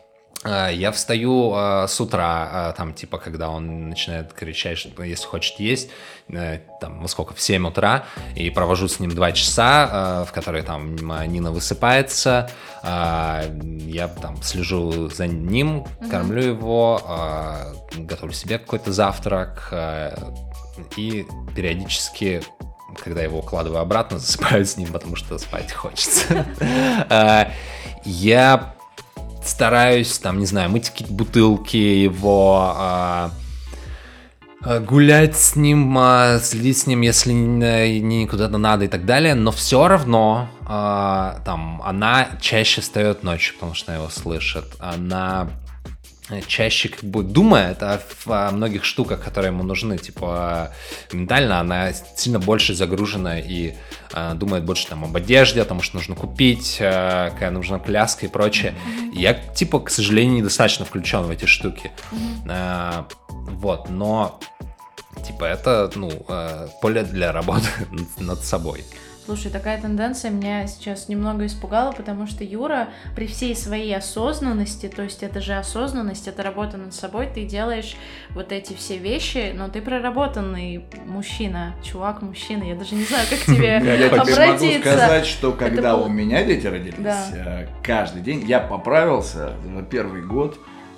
Э, я встаю э, с утра, э, там, типа, когда он начинает кричать, что если хочет есть, э, там, во сколько, в семь утра, и провожу с ним два часа, э, в которые, там, Нина высыпается, э, я, там, слежу за ним, кормлю его, э, готовлю себе какой-то завтрак, э, и периодически, когда его укладываю обратно, засыпаю с ним, потому что спать хочется. Э, Я стараюсь, там, не знаю, мыть какие-то бутылки его, а, а, гулять с ним, а, следить с ним, если не, не куда-то надо и так далее, но все равно а, там она чаще встает ночью, потому что она его слышит, она чаще как бы думает о, о многих штуках, которые ему нужны, типа ментально она сильно больше загружена и э, думает больше там об одежде, о том, что нужно купить, э, какая нужна пляска и прочее. Mm-hmm. Я, типа, к сожалению, недостаточно включен в эти штуки. Mm-hmm. Э, вот, но типа это, ну, э, поле для работы над собой. Слушай, такая тенденция меня сейчас немного испугала, потому что Юра при всей своей осознанности, то есть это же осознанность, это работа над собой, ты делаешь вот эти все вещи, но ты проработанный мужчина, чувак-мужчина, я даже не знаю, как тебе Я тебе могу обратиться. сказать, что когда был- у меня дети родились, Да. э, каждый день я поправился за первый год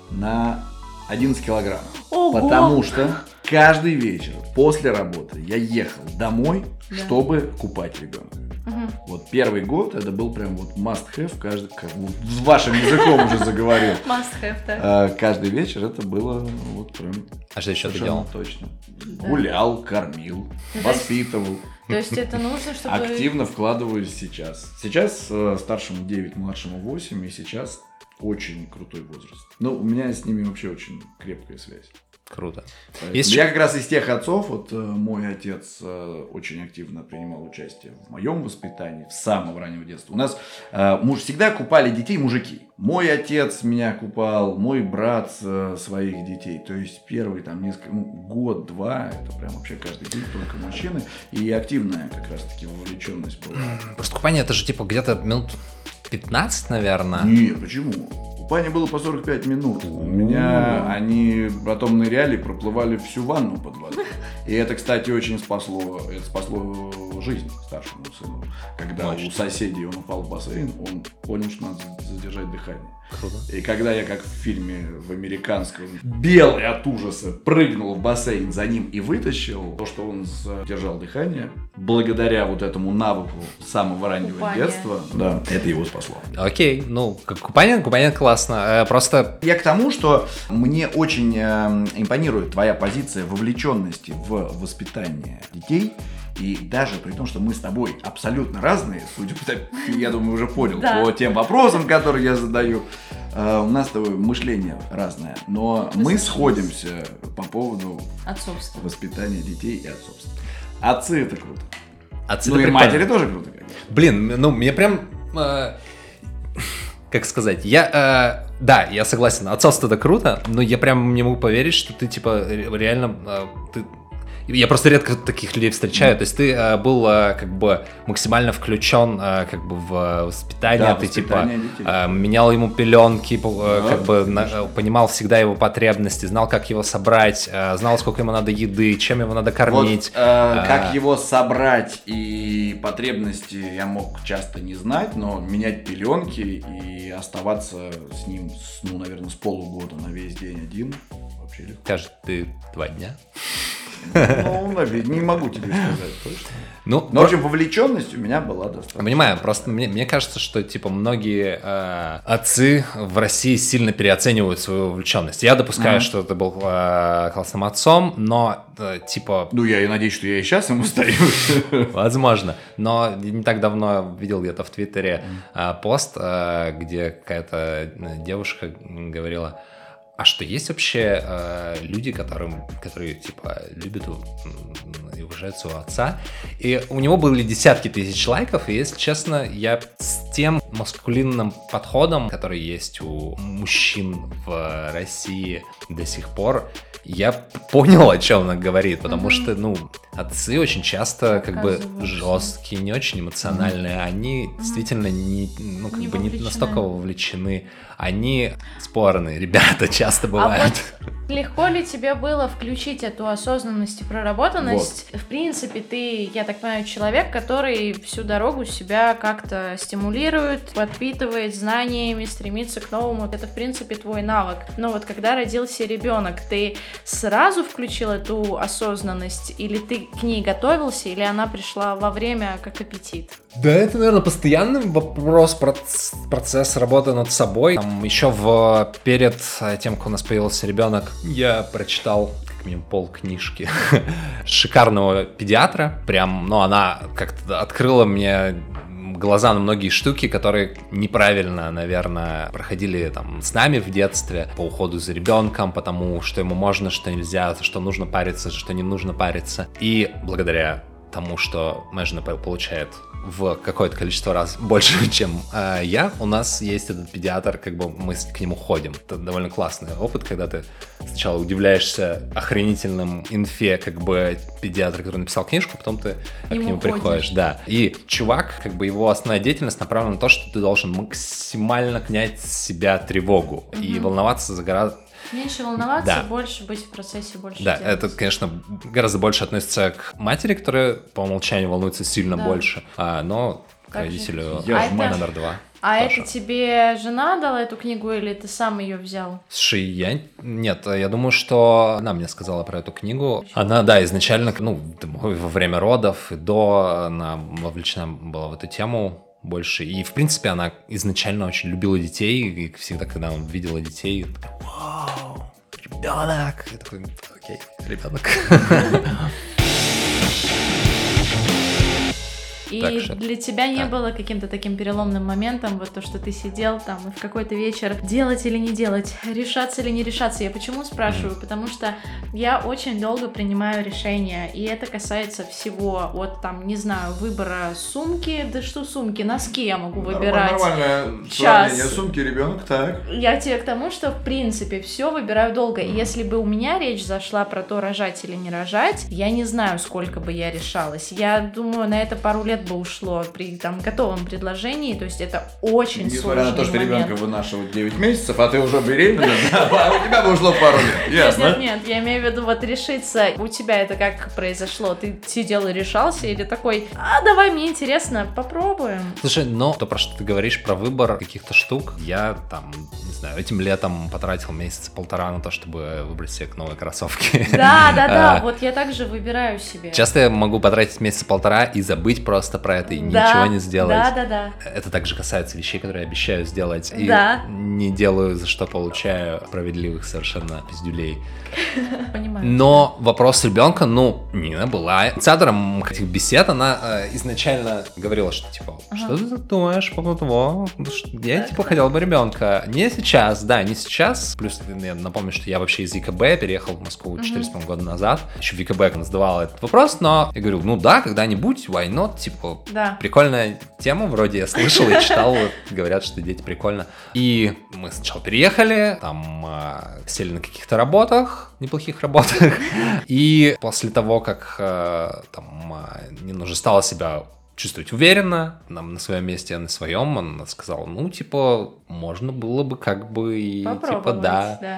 на одиннадцать килограмм. Ого! Потому что каждый вечер после работы я ехал домой, Да. чтобы купать ребенка. Мгм. Вот первый год это был прям вот must have, каждый, как бы с вашим языком уже заговорил. Must have, да. А каждый вечер это было вот прям А что еще ты совершенно делал? точно. Да. Гулял, кормил, Ну, то есть- воспитывал. То есть это нужно, чтобы... Активно вкладываюсь сейчас. Сейчас э, старшему девять, младшему восемь, и сейчас очень крутой возраст. Ну, у меня с ними вообще очень крепкая связь. Круто. Поэтому Есть Я еще- как раз из тех отцов, вот э, мой отец э, очень активно принимал участие в моем воспитании с самого раннего детства. У нас э, муж всегда купали детей мужики. Мой отец меня купал, мой брат э, своих детей. То есть первый там несколько, ну, год-два, это прям вообще каждый день только мужчины. И активная как раз-таки вовлеченность была. Просто купание это же типа где-то минут пятнадцать, наверное. Нет, почему? Купание было по сорок пять минут. У меня они потом ныряли, проплывали всю ванну под водой. И это, кстати, очень спасло, это спасло жизнь старшему сыну. Когда Мощно. у соседей он упал в бассейн, он понял, что надо задержать дыхание. Круто. И когда я, как в фильме в американском, белый от ужаса, прыгнул в бассейн за ним и вытащил, то, что он задержал дыхание, благодаря вот этому навыку с самого раннего Купание. детства, да, это его спасло. Окей, ну, как купание, купание классно. Э, Просто Я к тому, что мне очень э, импонирует твоя позиция вовлеченности в воспитание детей. И даже при том, что мы с тобой абсолютно разные, судя по тому, я думаю, уже понял Да. по тем вопросам, которые я задаю, э, у нас с тобой мышление разное. Но мы сходимся по поводу Отцовство. воспитания детей и отцовства. Отцы это круто. отцы Ну и прикольно. матери тоже круто, конечно. Блин, ну мне прям, э, как сказать, я, э, да, я согласен, отцовство это круто, но я прям не могу поверить, что ты типа ре- реально, э, ты, я просто редко таких людей встречаю, то есть ты э, был э, как бы максимально включен э, как бы в воспитание, Да, ты воспитание типа детей. э, менял ему пеленки, по- э, Да, как бы на- конечно. понимал всегда его потребности, знал, как его собрать, э, знал, сколько ему надо еды, чем его надо кормить. Вот, э, как А. его собрать и потребности я мог часто не знать, но менять пеленки и оставаться с ним, с, ну, наверное, с полугода на весь день один вообще легко. Скажет, ты два дня. Ну, наверное, не могу тебе сказать точно. Ну, Но, в общем, вовлеченность у меня была достаточно. понимаю, просто мне, мне кажется, что типа многие э, отцы в России сильно переоценивают свою увлеченность. Я допускаю, Мгм. что ты был э, классным отцом, но э, типа Ну, я и надеюсь, что я и сейчас ему стою. возможно. Но не так давно видел где-то в Твиттере э, пост, э, где какая-то э, девушка говорила: а что есть вообще э, люди, которым, которые типа любят м, и уважают своего отца? И у него были десятки тысяч лайков, и если честно, я с тем маскулинным подходом, который есть у мужчин в России до сих пор, я понял, о чем она говорит, потому Мгм. что, ну, отцы очень часто как бы Оказываются. жесткие, не очень эмоциональные, они действительно не, ну, как Не бы не вовлечены. настолько вовлечены, они спорные ребята часто бывают. А вот легко ли тебе было включить эту осознанность и проработанность? В принципе, ты, я так понимаю, человек, который всю дорогу себя как-то стимулирует, подпитывает знаниями, стремится к новому. Это, в принципе, твой навык. Но вот когда родился ребенок, ты сразу включил эту осознанность, или ты к ней готовился, или она пришла во время как аппетит? Да, это, наверное, постоянный вопрос, проц- процесс работы над собой. Там еще в, перед э, тем, как у нас появился ребенок, я прочитал как минимум пол книжки шикарного педиатра. Прям, ну, она как-то открыла мне глаза на многие штуки, которые неправильно, наверное, проходили там с нами в детстве по уходу за ребенком, потому что ему можно, что нельзя, за что нужно париться, за что не нужно париться. И благодаря тому, что моя жена получает в какое-то количество раз больше, чем э, я, у нас есть этот педиатр, как бы мы к нему ходим. Это довольно классный опыт, когда ты сначала удивляешься охренительным инфе, как бы педиатра, который написал книжку, потом ты к нему ходишь. приходишь. Да. И чувак, как бы его основная деятельность направлена на то, что ты должен максимально снять с себя тревогу угу. и волноваться за гораздо. Меньше волноваться, да. больше быть в процессе, больше Да, делать. это, конечно, гораздо больше относится к матери, которая по умолчанию волнуется сильно да. больше, а, но к Так родителю а номер это... два. А тоже. это тебе жена дала эту книгу или ты сам ее взял? Слушай, я... Нет, я думаю, что она мне сказала про эту книгу. Она, да, изначально, ну, во время родов и до она вовлечена была в эту тему больше. И, в принципе, она изначально очень любила детей. И всегда, когда она видела детей, такая, вау, ребенок. Я такой, окей, ребенок. И что... для тебя не а. было каким-то таким переломным моментом, вот то, что ты сидел там и в какой-то вечер делать или не делать, решаться или не решаться. Я почему спрашиваю? Mm-hmm. Потому что я очень долго принимаю решения, и это касается всего, от там, не знаю, выбора сумки, да что сумки, носки я могу выбирать. Нормальное сравнение сумки, ребенок, так. Я тебе к тому, что в принципе все выбираю долго, mm-hmm. и если бы у меня речь зашла про то, рожать или не рожать, я не знаю, сколько бы я решалась. Я думаю, на это пару лет бы ушло при там готовом предложении, то есть это очень сложный Несмотря на то, что момент. ребенка вынашивают девять месяцев, а ты уже беременна, а у тебя бы ушло пару лет, ясно? Нет, нет, я имею в виду вот решиться. У тебя это как произошло? Ты сидел и решался или такой, а давай, мне интересно, попробуем? Слушай, но то, про что ты говоришь, про выбор каких-то штук, я там, не знаю, этим летом потратил месяца полтора на то, чтобы выбрать себе новые кроссовки. Да, да, да, вот я также выбираю себе. Часто я могу потратить месяца полтора и забыть просто про это и да, ничего не сделать. Да, да, да. Это также касается вещей, которые я обещаю сделать. Да. И не делаю, за что получаю справедливых совершенно пиздюлей. Понимаю. Но вопрос ребенка, ну, Нина была инициатором этих бесед. Она э, изначально говорила, что типа, ага. что ты думаешь по поводу того? Я так, типа хотела бы ребенка. Не сейчас, да, не сейчас. Плюс я напомню, что я вообще из ЕКБ переехал в Москву четыре с половиной года назад. Еще в ЕКБ задавал этот вопрос, но я говорю, ну да, когда-нибудь, why not, типа, да. прикольная тема, вроде я слышал и читал, говорят, что дети прикольно. И мы сначала переехали, там э, сели на каких-то работах, неплохих работах, и после того, как э, там э, Нина уже стала себя чувствовать уверенно нам на своем месте, а на своем, она сказала, ну, типа, можно было бы как бы и, типа, да. да.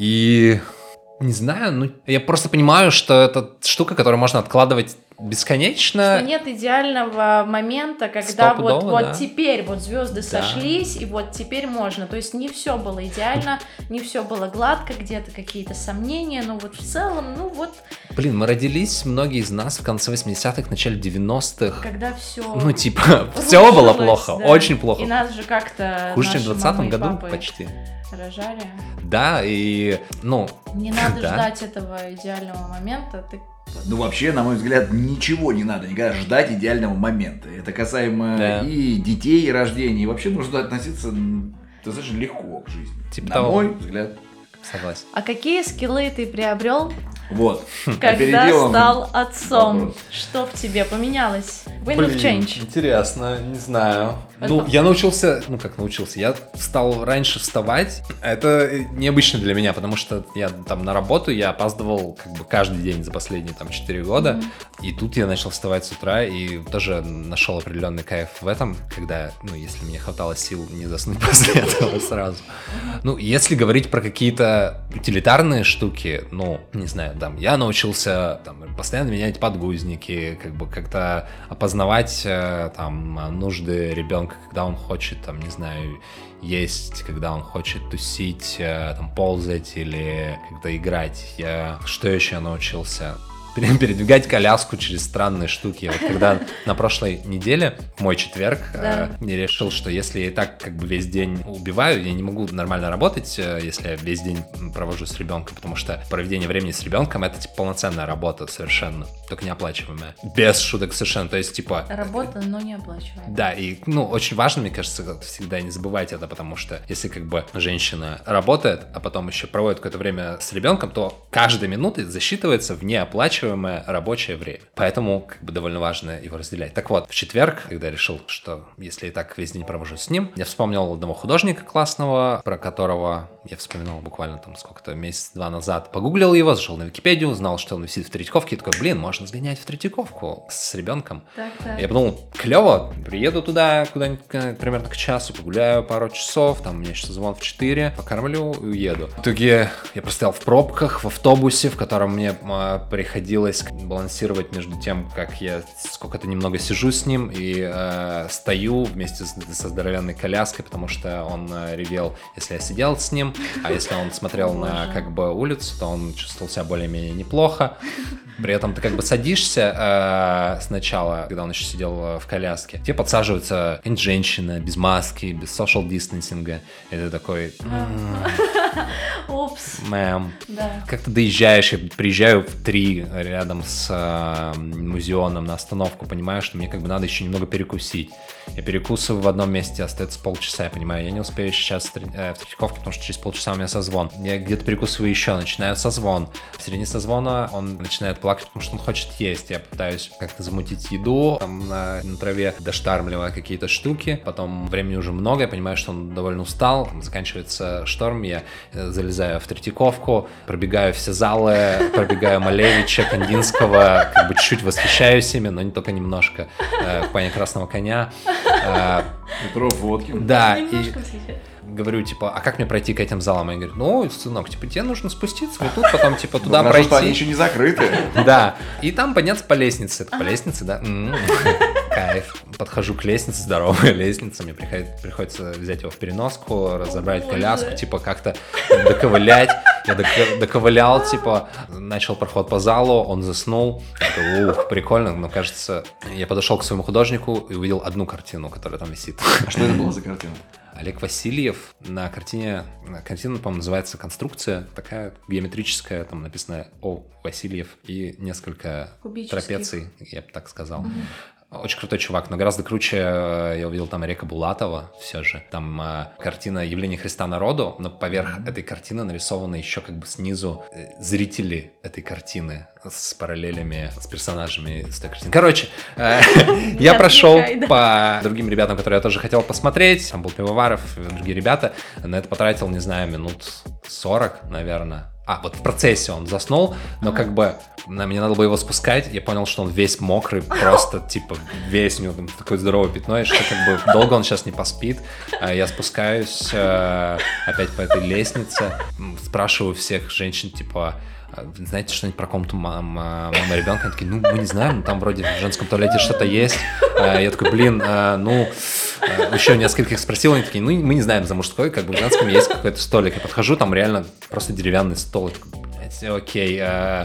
И не знаю, ну, я просто понимаю, что это штука, которую можно откладывать бесконечно. Что нет идеального момента, когда вот, вот да. теперь вот звезды да. сошлись, и вот теперь можно. То есть не все было идеально, не все было гладко, где-то какие-то сомнения, но вот в целом, ну вот... Блин, мы родились, многие из нас, в конце восьмидесятых, начале девяностых. Когда все... Ну, типа, все было плохо, да. очень плохо. И нас же как-то хуже, чем в двадцатом году папы почти. Рожали. Да, и, ну... Не надо да. ждать этого идеального момента, ты... Ну, вообще, на мой взгляд, ничего не надо, никогда ждать идеального момента. Это касаемо да. и детей, и рождения. И вообще нужно относиться достаточно легко к жизни. Типа на того. мой взгляд. Согласен. А какие скиллы ты приобрел, вот. когда стал отцом? Вопрос. Что в тебе поменялось? Wind of change. Интересно, не знаю. Ну, я научился, ну как научился, я стал раньше вставать. Это необычно для меня, потому что я там на работу, я опаздывал как бы каждый день за последние там четыре года. Mm-hmm. И тут я начал вставать с утра и тоже нашел определенный кайф в этом, когда, ну, если мне хватало сил не заснуть после этого сразу. Ну, если говорить про какие-то утилитарные штуки, ну, не знаю, там, я научился там постоянно менять подгузники, как бы как-то опознавать там нужды ребенка, когда он хочет, там, не знаю, есть, когда он хочет тусить, там, ползать или как-то играть. Я что еще научился? Передвигать коляску через странные штуки. Вот когда на прошлой неделе, в мой четверг, да. я решил, что если я и так как бы весь день убиваю, я не могу нормально работать, если я весь день провожу с ребенком, потому что проведение времени с ребенком — это типа полноценная работа совершенно, только неоплачиваемая. Без шуток совершенно, то есть типа... Работа, но неоплачиваемая. Да, и ну очень важно, мне кажется, всегда не забывать это, потому что если как бы женщина работает, а потом еще проводит какое-то время с ребенком, то каждая минута засчитывается в неоплачиваемое оплачиваемое рабочее время. Поэтому как бы довольно важно его разделять. Так вот, в четверг, когда я решил, что если я так весь день провожу с ним, я вспомнил одного художника классного, про которого я вспоминал буквально там сколько-то месяц-два назад. Погуглил его, зашел на Википедию, узнал, что он висит в Третьяковке, и такой, блин, можно сгонять в Третьяковку с ребенком. Так, так. Я подумал, клево, приеду туда куда-нибудь примерно к часу, погуляю пару часов, там у меня сейчас звон в четыре, покормлю и уеду. В итоге я простоял в пробках, в автобусе, в котором мне э, приходилось балансировать между тем, как я сколько-то немного сижу с ним и э, стою вместе с, со здоровенной коляской, потому что он э, ревел, если я сидел с ним, а если он смотрел на как бы улицу, то он чувствовал себя более-менее неплохо. При этом ты как бы садишься э, сначала, когда он еще сидел в коляске, тебе подсаживается какая-нибудь женщина без маски, без social дистанцинга, и ты такой... Упс. Мэм. Да. Как ты доезжаешь, я приезжаю в три рядом с э, музеоном на остановку, понимаю, что мне как бы надо еще немного перекусить. Я перекусываю в одном месте, остается полчаса, я понимаю, я не успею сейчас в Третьяковке, потому что через полчаса у меня созвон. Я где-то перекусываю еще, начинаю созвон. В середине созвона он начинает плакать, потому что он хочет есть. Я пытаюсь как-то замутить еду, там на, на траве доштармливая какие-то штуки. Потом времени уже много, я понимаю, что он довольно устал. Заканчивается шторм, я залезаю в Третьяковку, пробегаю все залы, пробегаю Малевича, Кандинского, как бы чуть-чуть восхищаюсь ими, но не только немножко. Купание красного коня. Метро Водкин. Да, и говорю, типа, а как мне пройти к этим залам? Я говорю, ну, сынок, типа, тебе нужно спуститься вот тут, потом, типа, туда ну, пройти. Что они еще не закрыты. Да, и там подняться по лестнице. По лестнице, да? Кайф. Подхожу к лестнице, здоровая лестница, мне приходится взять его в переноску, разобрать коляску, типа, как-то доковылять. Я доковылял, типа, начал проход по залу, он заснул. Я такой, ух, прикольно, но кажется, я подошел к своему художнику и увидел одну картину, которая там висит. А что это была за картина? Олег Васильев на картине, картина, по-моему, называется «Конструкция», такая геометрическая, там написано «О. Васильев» и несколько трапеций, я бы так сказал. Mm-hmm. Очень крутой чувак, но гораздо круче я увидел там Олега Булатова, все же. Там э, картина «Явление Христа народу», но поверх mm-hmm. этой картины нарисованы еще как бы снизу э, зрители этой картины с параллелями, с персонажами с той картины. Короче, э, я прошел по другим ребятам, которые я тоже хотел посмотреть. Там был Пивоваров, другие ребята. На это потратил, не знаю, минут сорок, наверное. А, вот в процессе он заснул, но как бы на, мне надо было его спускать, я понял, что он весь мокрый, просто типа весь, у него там такое здоровое пятно, и что как бы долго он сейчас не поспит. Я спускаюсь э, опять по этой лестнице, спрашиваю всех женщин, типа, знаете что-нибудь про комнату мама, мама ребенка? Они такие, ну, мы не знаем, там вроде в женском туалете что-то есть. Я такой, блин, ну, еще нескольких спросил, они такие, ну, мы не знаем за мужской, как бы в женском есть какой-то столик. Я подхожу, там реально просто деревянный стол. Я такой, блядь, окей.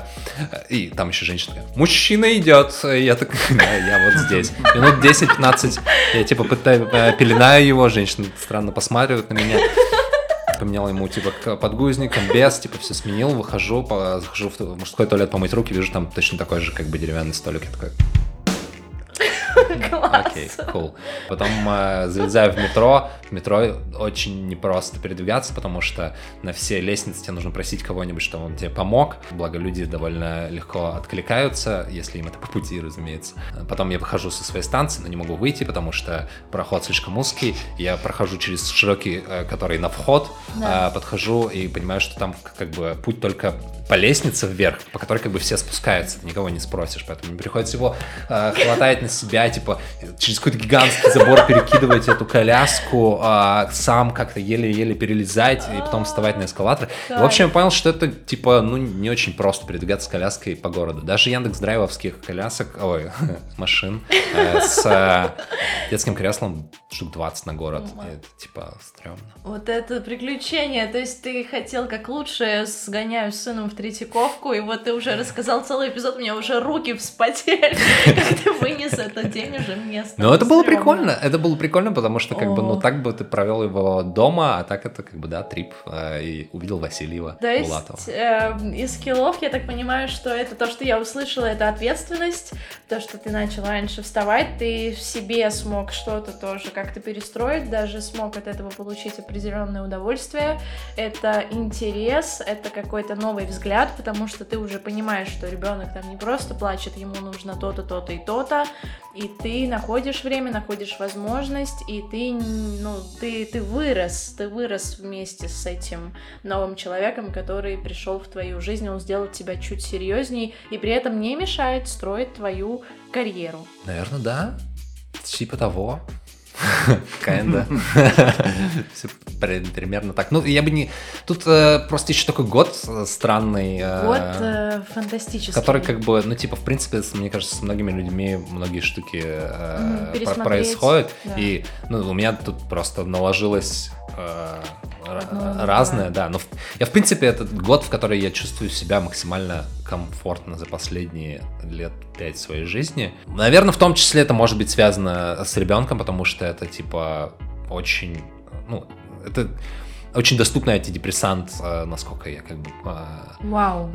И там еще женщина такая, мужчина идет. Я такой, да, я вот здесь. Минут десять-пятнадцать я типа пытаю, пеленаю его, женщина странно посматривает на меня. Поменял ему, типа, подгузник, без, типа, все сменил, выхожу, по, захожу в мужской туалет помыть руки, вижу там точно такой же, как бы, деревянный столик. Я такой... Окей, okay, cool. Потом э, залезаю в метро. В метро очень непросто передвигаться, потому что на все лестницы тебе нужно просить кого-нибудь, чтобы он тебе помог. Благо, люди довольно легко откликаются, если им это по пути, разумеется. Потом я выхожу со своей станции, но не могу выйти, потому что проход слишком узкий. Я прохожу через широкий, э, который на вход, да. э, подхожу и понимаю, что там как бы путь только по лестнице вверх, по которой как бы все спускаются, ты никого не спросишь, поэтому мне приходится его э, хватать на себя, типа через какой-то гигантский забор перекидывать эту коляску, э, сам как-то еле-еле перелезать и потом вставать на эскалатор. И, в общем, я понял, что это типа, ну, не очень просто передвигаться с коляской по городу. Даже яндекс.драйвовских колясок, ой, машин э, с э, детским креслом штук двадцать на город. Это типа стрёмно. Вот это приключение, то есть ты хотел как лучше, я сгоняю с сыном в Третьяковку, и вот ты уже рассказал целый эпизод, у меня уже руки вспотели, как ты вынес этот день уже место. Ну, это было прикольно, это было прикольно, потому что, как бы, ну, так бы ты провел его дома, а так это, как бы, да, трип, и увидел Васильева, Булатова. То есть, из скиллов, я так понимаю, что это то, что я услышала, это ответственность, то, что ты начал раньше вставать, ты в себе смог что-то тоже как-то перестроить, даже смог от этого получить определенное удовольствие, это интерес, это какой-то новый взгляд взгляд, потому что ты уже понимаешь, что ребенок там не просто плачет, ему нужно то-то, то-то и то-то, и ты находишь время, находишь возможность, и ты, ну, ты, ты вырос, ты вырос вместе с этим новым человеком, который пришел в твою жизнь, он сделал тебя чуть серьезней, и при этом не мешает строить твою карьеру. Наверное, да. Типа того. Kinda. Все примерно так. Ну, я бы не... Тут э, просто еще такой год странный. Э, год э, фантастический. Который как бы, ну, типа, в принципе, мне кажется, с многими людьми многие штуки э, mm, происходят. Да. И, ну, у меня тут просто наложилось... Э, Одно, разное, да. да. Но я, в принципе, этот год, в который я чувствую себя максимально комфортно за последние лет пять своей жизни. Наверное, в том числе это может быть связано с ребенком, потому что это, типа, очень, ну, это очень доступный антидепрессант, насколько я, как бы, Вау.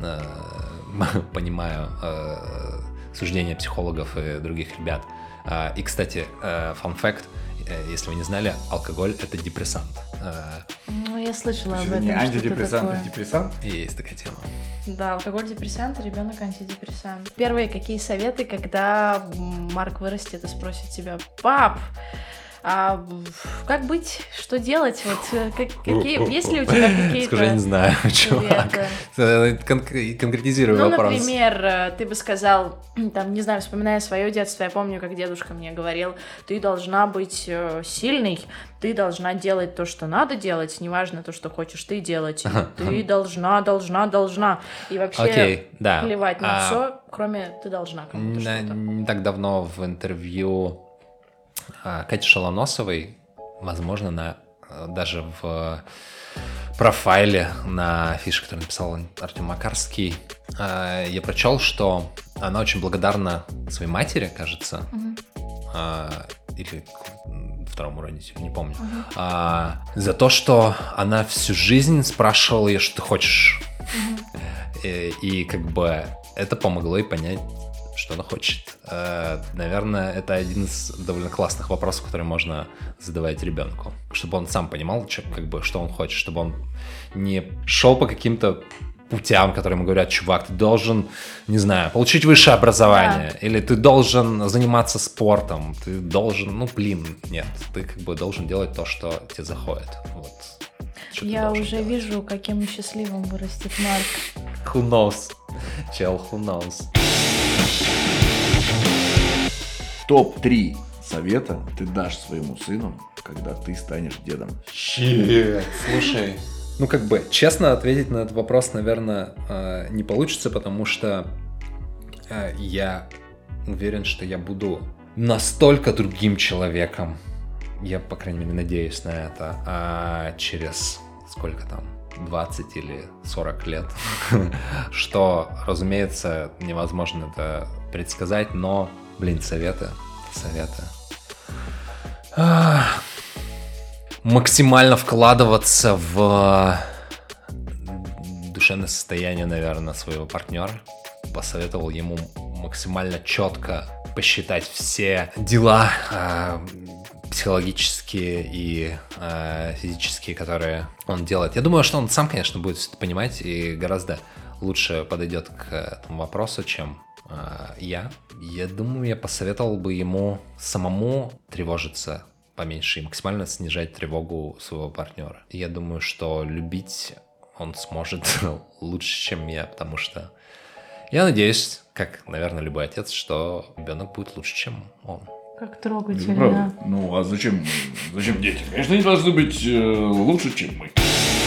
понимаю суждения психологов и других ребят. И, кстати, fun fact, если вы не знали, алкоголь — это депрессант. Ну, я слышала об этом. Не антидепрессант, такое. а депрессант? Есть такая тема. Да, алкоголь депрессант, ребенок антидепрессант. Первые какие советы, когда Марк вырастет и спросит тебя: пап, а как быть, что делать? Вот, как, какие, есть ли у тебя какие-то Скажи, я не знаю, чувак. Кон- конкретизируй Ну, вопрос. например, ты бы сказал, там, не знаю, вспоминая свое детство, я помню, как дедушка мне говорил: ты должна быть сильной, ты должна делать то, что надо делать, неважно то, что хочешь ты делать, ты должна, должна, должна. И вообще Окей, да. плевать на А, все, кроме ты должна кому-то на- что-то. Не так давно в интервью а, Кати Шалоносовой, возможно, на, даже в профайле на афише, который написал Артем Макарский, а, я прочел, что она очень благодарна своей матери, кажется, Мгм. а, или второму родителю, не помню, а, за то, что она всю жизнь спрашивала ее, что ты хочешь. И, и как бы это помогло ей понять, что она хочет. Э, наверное, это один из довольно классных вопросов, которые можно задавать ребенку, чтобы он сам понимал, что, как бы, что он хочет, чтобы он не шел по каким-то путям, которые ему говорят: чувак, ты должен, не знаю, получить высшее образование, Да. или ты должен заниматься спортом, ты должен, ну, блин, нет, ты как бы должен делать то, что тебе заходит. Вот. Что ты Я должен уже делать. вижу, каким счастливым вырастет Марк. Who knows? Чел, who knows? топ три совета ты дашь своему сыну, когда ты станешь дедом? Слушай, ну как бы честно ответить на этот вопрос, наверное, э, не получится, потому что э, я уверен, что я буду настолько другим человеком. Я, по крайней мере, надеюсь на это. А через сколько там? двадцать или сорок лет, что, разумеется, невозможно это предсказать, но, блин, советы, советы. Ах. Максимально вкладываться в душевное состояние, наверное, своего партнера. Посоветовал ему максимально четко посчитать все дела э, психологические и э, физические, которые он делает. Я думаю, что он сам, конечно, будет все это понимать и гораздо лучше подойдет к этому вопросу, чем э, я. Я думаю, я посоветовал бы ему самому тревожиться поменьше и максимально снижать тревогу своего партнера. Я думаю, что любить он сможет лучше, чем я, потому что я надеюсь, как, наверное, любой отец, что ребенок будет лучше, чем он. Как Это трогательно. правда. Ну, а зачем, зачем дети? Конечно, они должны быть э, лучше, чем мы.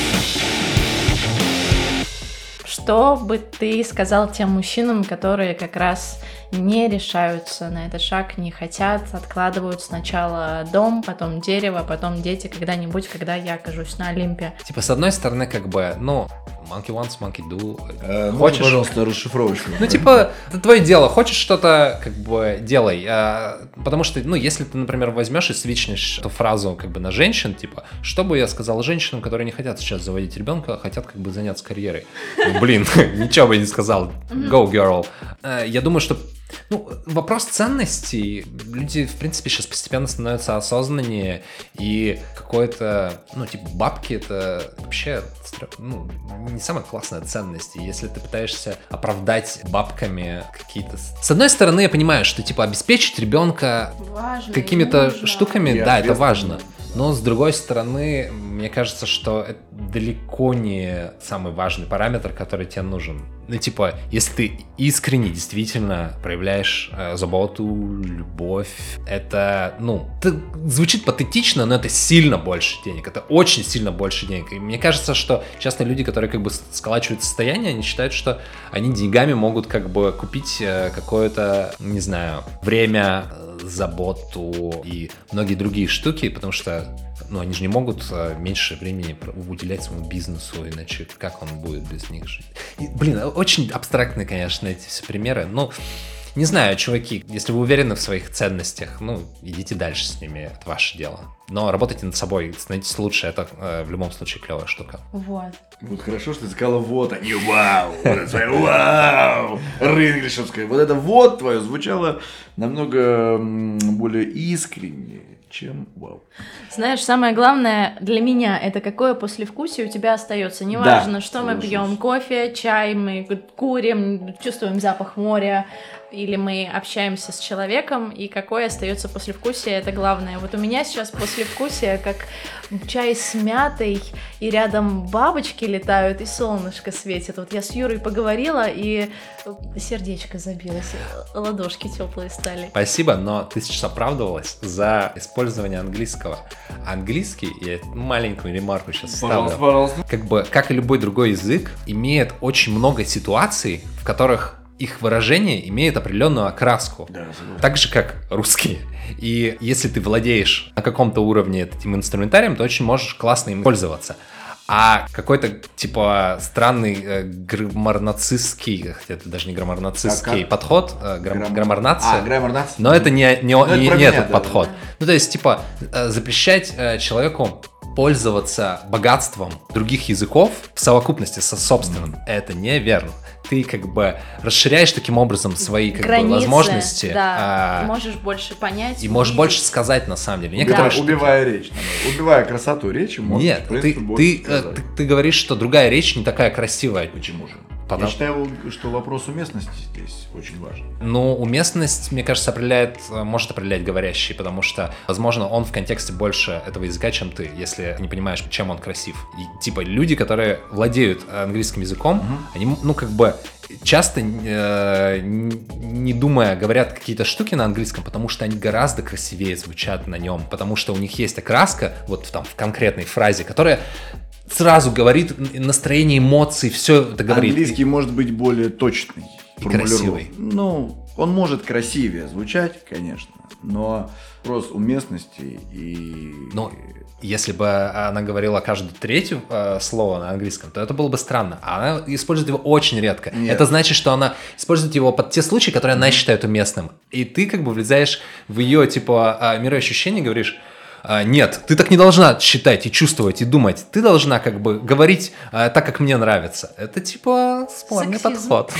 Что бы ты сказал тем мужчинам, которые как раз не решаются на этот шаг, не хотят, откладывают сначала дом, потом дерево, потом дети когда-нибудь, когда я окажусь на Олимпе? Типа, с одной стороны, как бы, ну, monkey wants, monkey do. Э, можно, Хочешь? пожалуйста, расшифровочку? Ну, типа, это твое дело. Хочешь что-то, как бы, делай. А, потому что, ну, если ты, например, возьмешь и свичнешь эту фразу, как бы, на женщин, типа, что бы я сказал женщинам, которые не хотят сейчас заводить ребенка, а хотят, как бы, заняться карьерой? Ну, блин, ничего бы не сказал. Go, girl. А, Я думаю, что Ну, вопрос ценностей. Люди, в принципе, сейчас постепенно становятся осознаннее, и какое-то, ну, типа, бабки — это вообще, ну, не самая классная ценность. И если ты пытаешься оправдать бабками какие-то... С одной стороны, я понимаю, что, типа, обеспечить ребенка Важно, какими-то нужно. штуками, И да, это ответственно. важно. Но, с другой стороны, мне кажется, что это далеко не самый важный параметр, который тебе нужен. Ну, типа, если ты искренне, действительно проявляешь э, заботу, любовь, это, ну, это звучит патетично, но это сильно больше денег, это очень сильно больше денег. И мне кажется, что часто люди, которые как бы сколачивают состояние, они считают, что они деньгами могут как бы купить э, какое-то, не знаю, время, заботу и многие другие штуки, потому что, ну, они же не могут а, меньше времени уделять своему бизнесу, иначе как он будет без них жить? И, блин, очень абстрактные, конечно, эти все примеры, но не знаю, чуваки, если вы уверены в своих ценностях, ну, идите дальше с ними, это ваше дело. Но работайте над собой, становитесь лучше, это э, в любом случае клевая штука. Вот. Вот хорошо, что ты сказала вот, а не вау. Вот это твое вау. Рынглишевское. Вот это вот твое звучало намного м, более искренне, чем вау. Знаешь, самое главное для меня — это какое послевкусие у тебя остается. Неважно, Да, что мы соглашусь. пьем, кофе, чай, мы курим, чувствуем запах моря, или мы общаемся с человеком, и какое остается послевкусие, это главное. Вот у меня сейчас послевкусие, как чай с мятой, и рядом бабочки летают, и солнышко светит. Вот я с Юрой поговорила, и сердечко забилось, ладошки теплые стали. Спасибо, но ты сейчас оправдывалась за использование английского. Английский, я маленькую ремарку сейчас ставлю, пожалуйста. как бы, как и любой другой язык, имеет очень много ситуаций, в которых их выражение имеет определенную окраску. Да, согласен. Так же, как русский. И если ты владеешь на каком-то уровне этим инструментарием, то очень можешь классно им пользоваться. А какой-то, типа, странный э, граммар-нацистский, хотя это даже не граммар-нацистский А как? подход, э, грам- Грамм- граммар-нация, А, граммар-нация. но это не, не, Ну, это не- про не меня, этот да, подход. да. Ну, то есть, типа, э, запрещать э, человеку пользоваться богатством других языков в совокупности со собственным, это неверно. Ты как бы расширяешь таким образом свои как бы, Границы, возможности, да, а, и можешь больше понять. и можешь увидеть. больше сказать на самом деле. Да, Некоторые штуки- убивая речь. наверное. Убивая красоту речи, можешь, Нет, в ты, принципе, больше ты, э, сказать. ты, ты говоришь, что другая речь не такая красивая. Почему же? Потому- Я считаю, что вопрос уместности здесь очень важен. Ну, уместность, мне кажется, определяет, э, может определять говорящий, потому что, возможно, он в контексте больше этого языка, чем ты, если не понимаешь, чем он красив. И, типа, люди, которые владеют английским языком, они, ну, как бы, часто, э, не думая, говорят какие-то штуки на английском, потому что они гораздо красивее звучат на нем, потому что у них есть окраска, вот в, там, в конкретной фразе, которая сразу говорит настроение, эмоций, все это говорит. Английский может быть более точный. И формулировка. красивый. Ну, он может красивее звучать, конечно, но вопрос уместности и... Ну, если бы она говорила каждое третье э, слово на английском, то это было бы странно. А она использует его очень редко. Нет. Это значит, что она использует его под те случаи, которые она считает уместным. И ты как бы влезаешь в ее, типа, э, мироощущение и говоришь: «А, нет, ты так не должна считать и чувствовать и думать. Ты должна как бы говорить э, так, как мне нравится». Это типа спорный Сексизм. подход.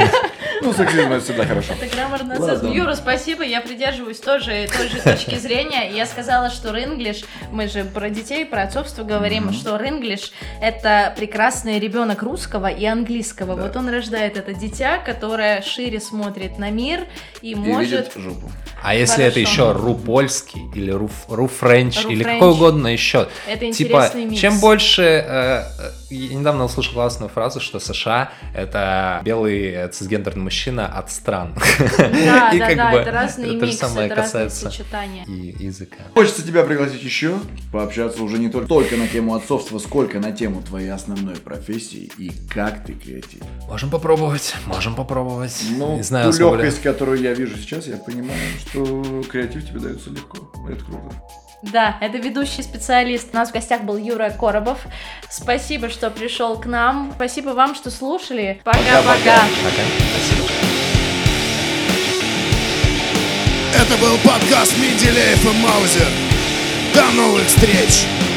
Ну, сексизм это всегда хорошо. Это граммар-нацизм. Ладно. Юра, спасибо, я придерживаюсь тоже той же точки зрения. Я сказала, что рынглиш, мы же про детей, про отцовство говорим, что рынглиш — это прекрасный ребенок русского и английского. Да. Вот он рождает это дитя, которое шире смотрит на мир и, И может... видит жопу. А если Хорошо. это еще ру-польский или ру, ру-френч Ру или френч. какой угодно еще. Это Типа, интересный микс. чем больше... э, э, я недавно услышал классную фразу, что США — это белый э, цисгендерный мужчина от стран. Да, И да, как да, бы это разные то же миксы, самое это разные касается сочетания. и языка. Хочется тебя пригласить еще, пообщаться уже не только, только на тему отцовства, сколько на тему твоей основной профессии и как ты креатив. Можем попробовать, можем попробовать. Ну, Не знаю, ту смогу ли. легкость, которую я вижу сейчас, я понимаю, что креатив тебе дается легко. Это круто. Да, это ведущий специалист. У нас в гостях был Юра Коробов. Спасибо, что пришел к нам. Спасибо вам, что слушали. Пока-пока. Пока. Спасибо. Это был подкаст Менделеев и Маузер. До новых встреч!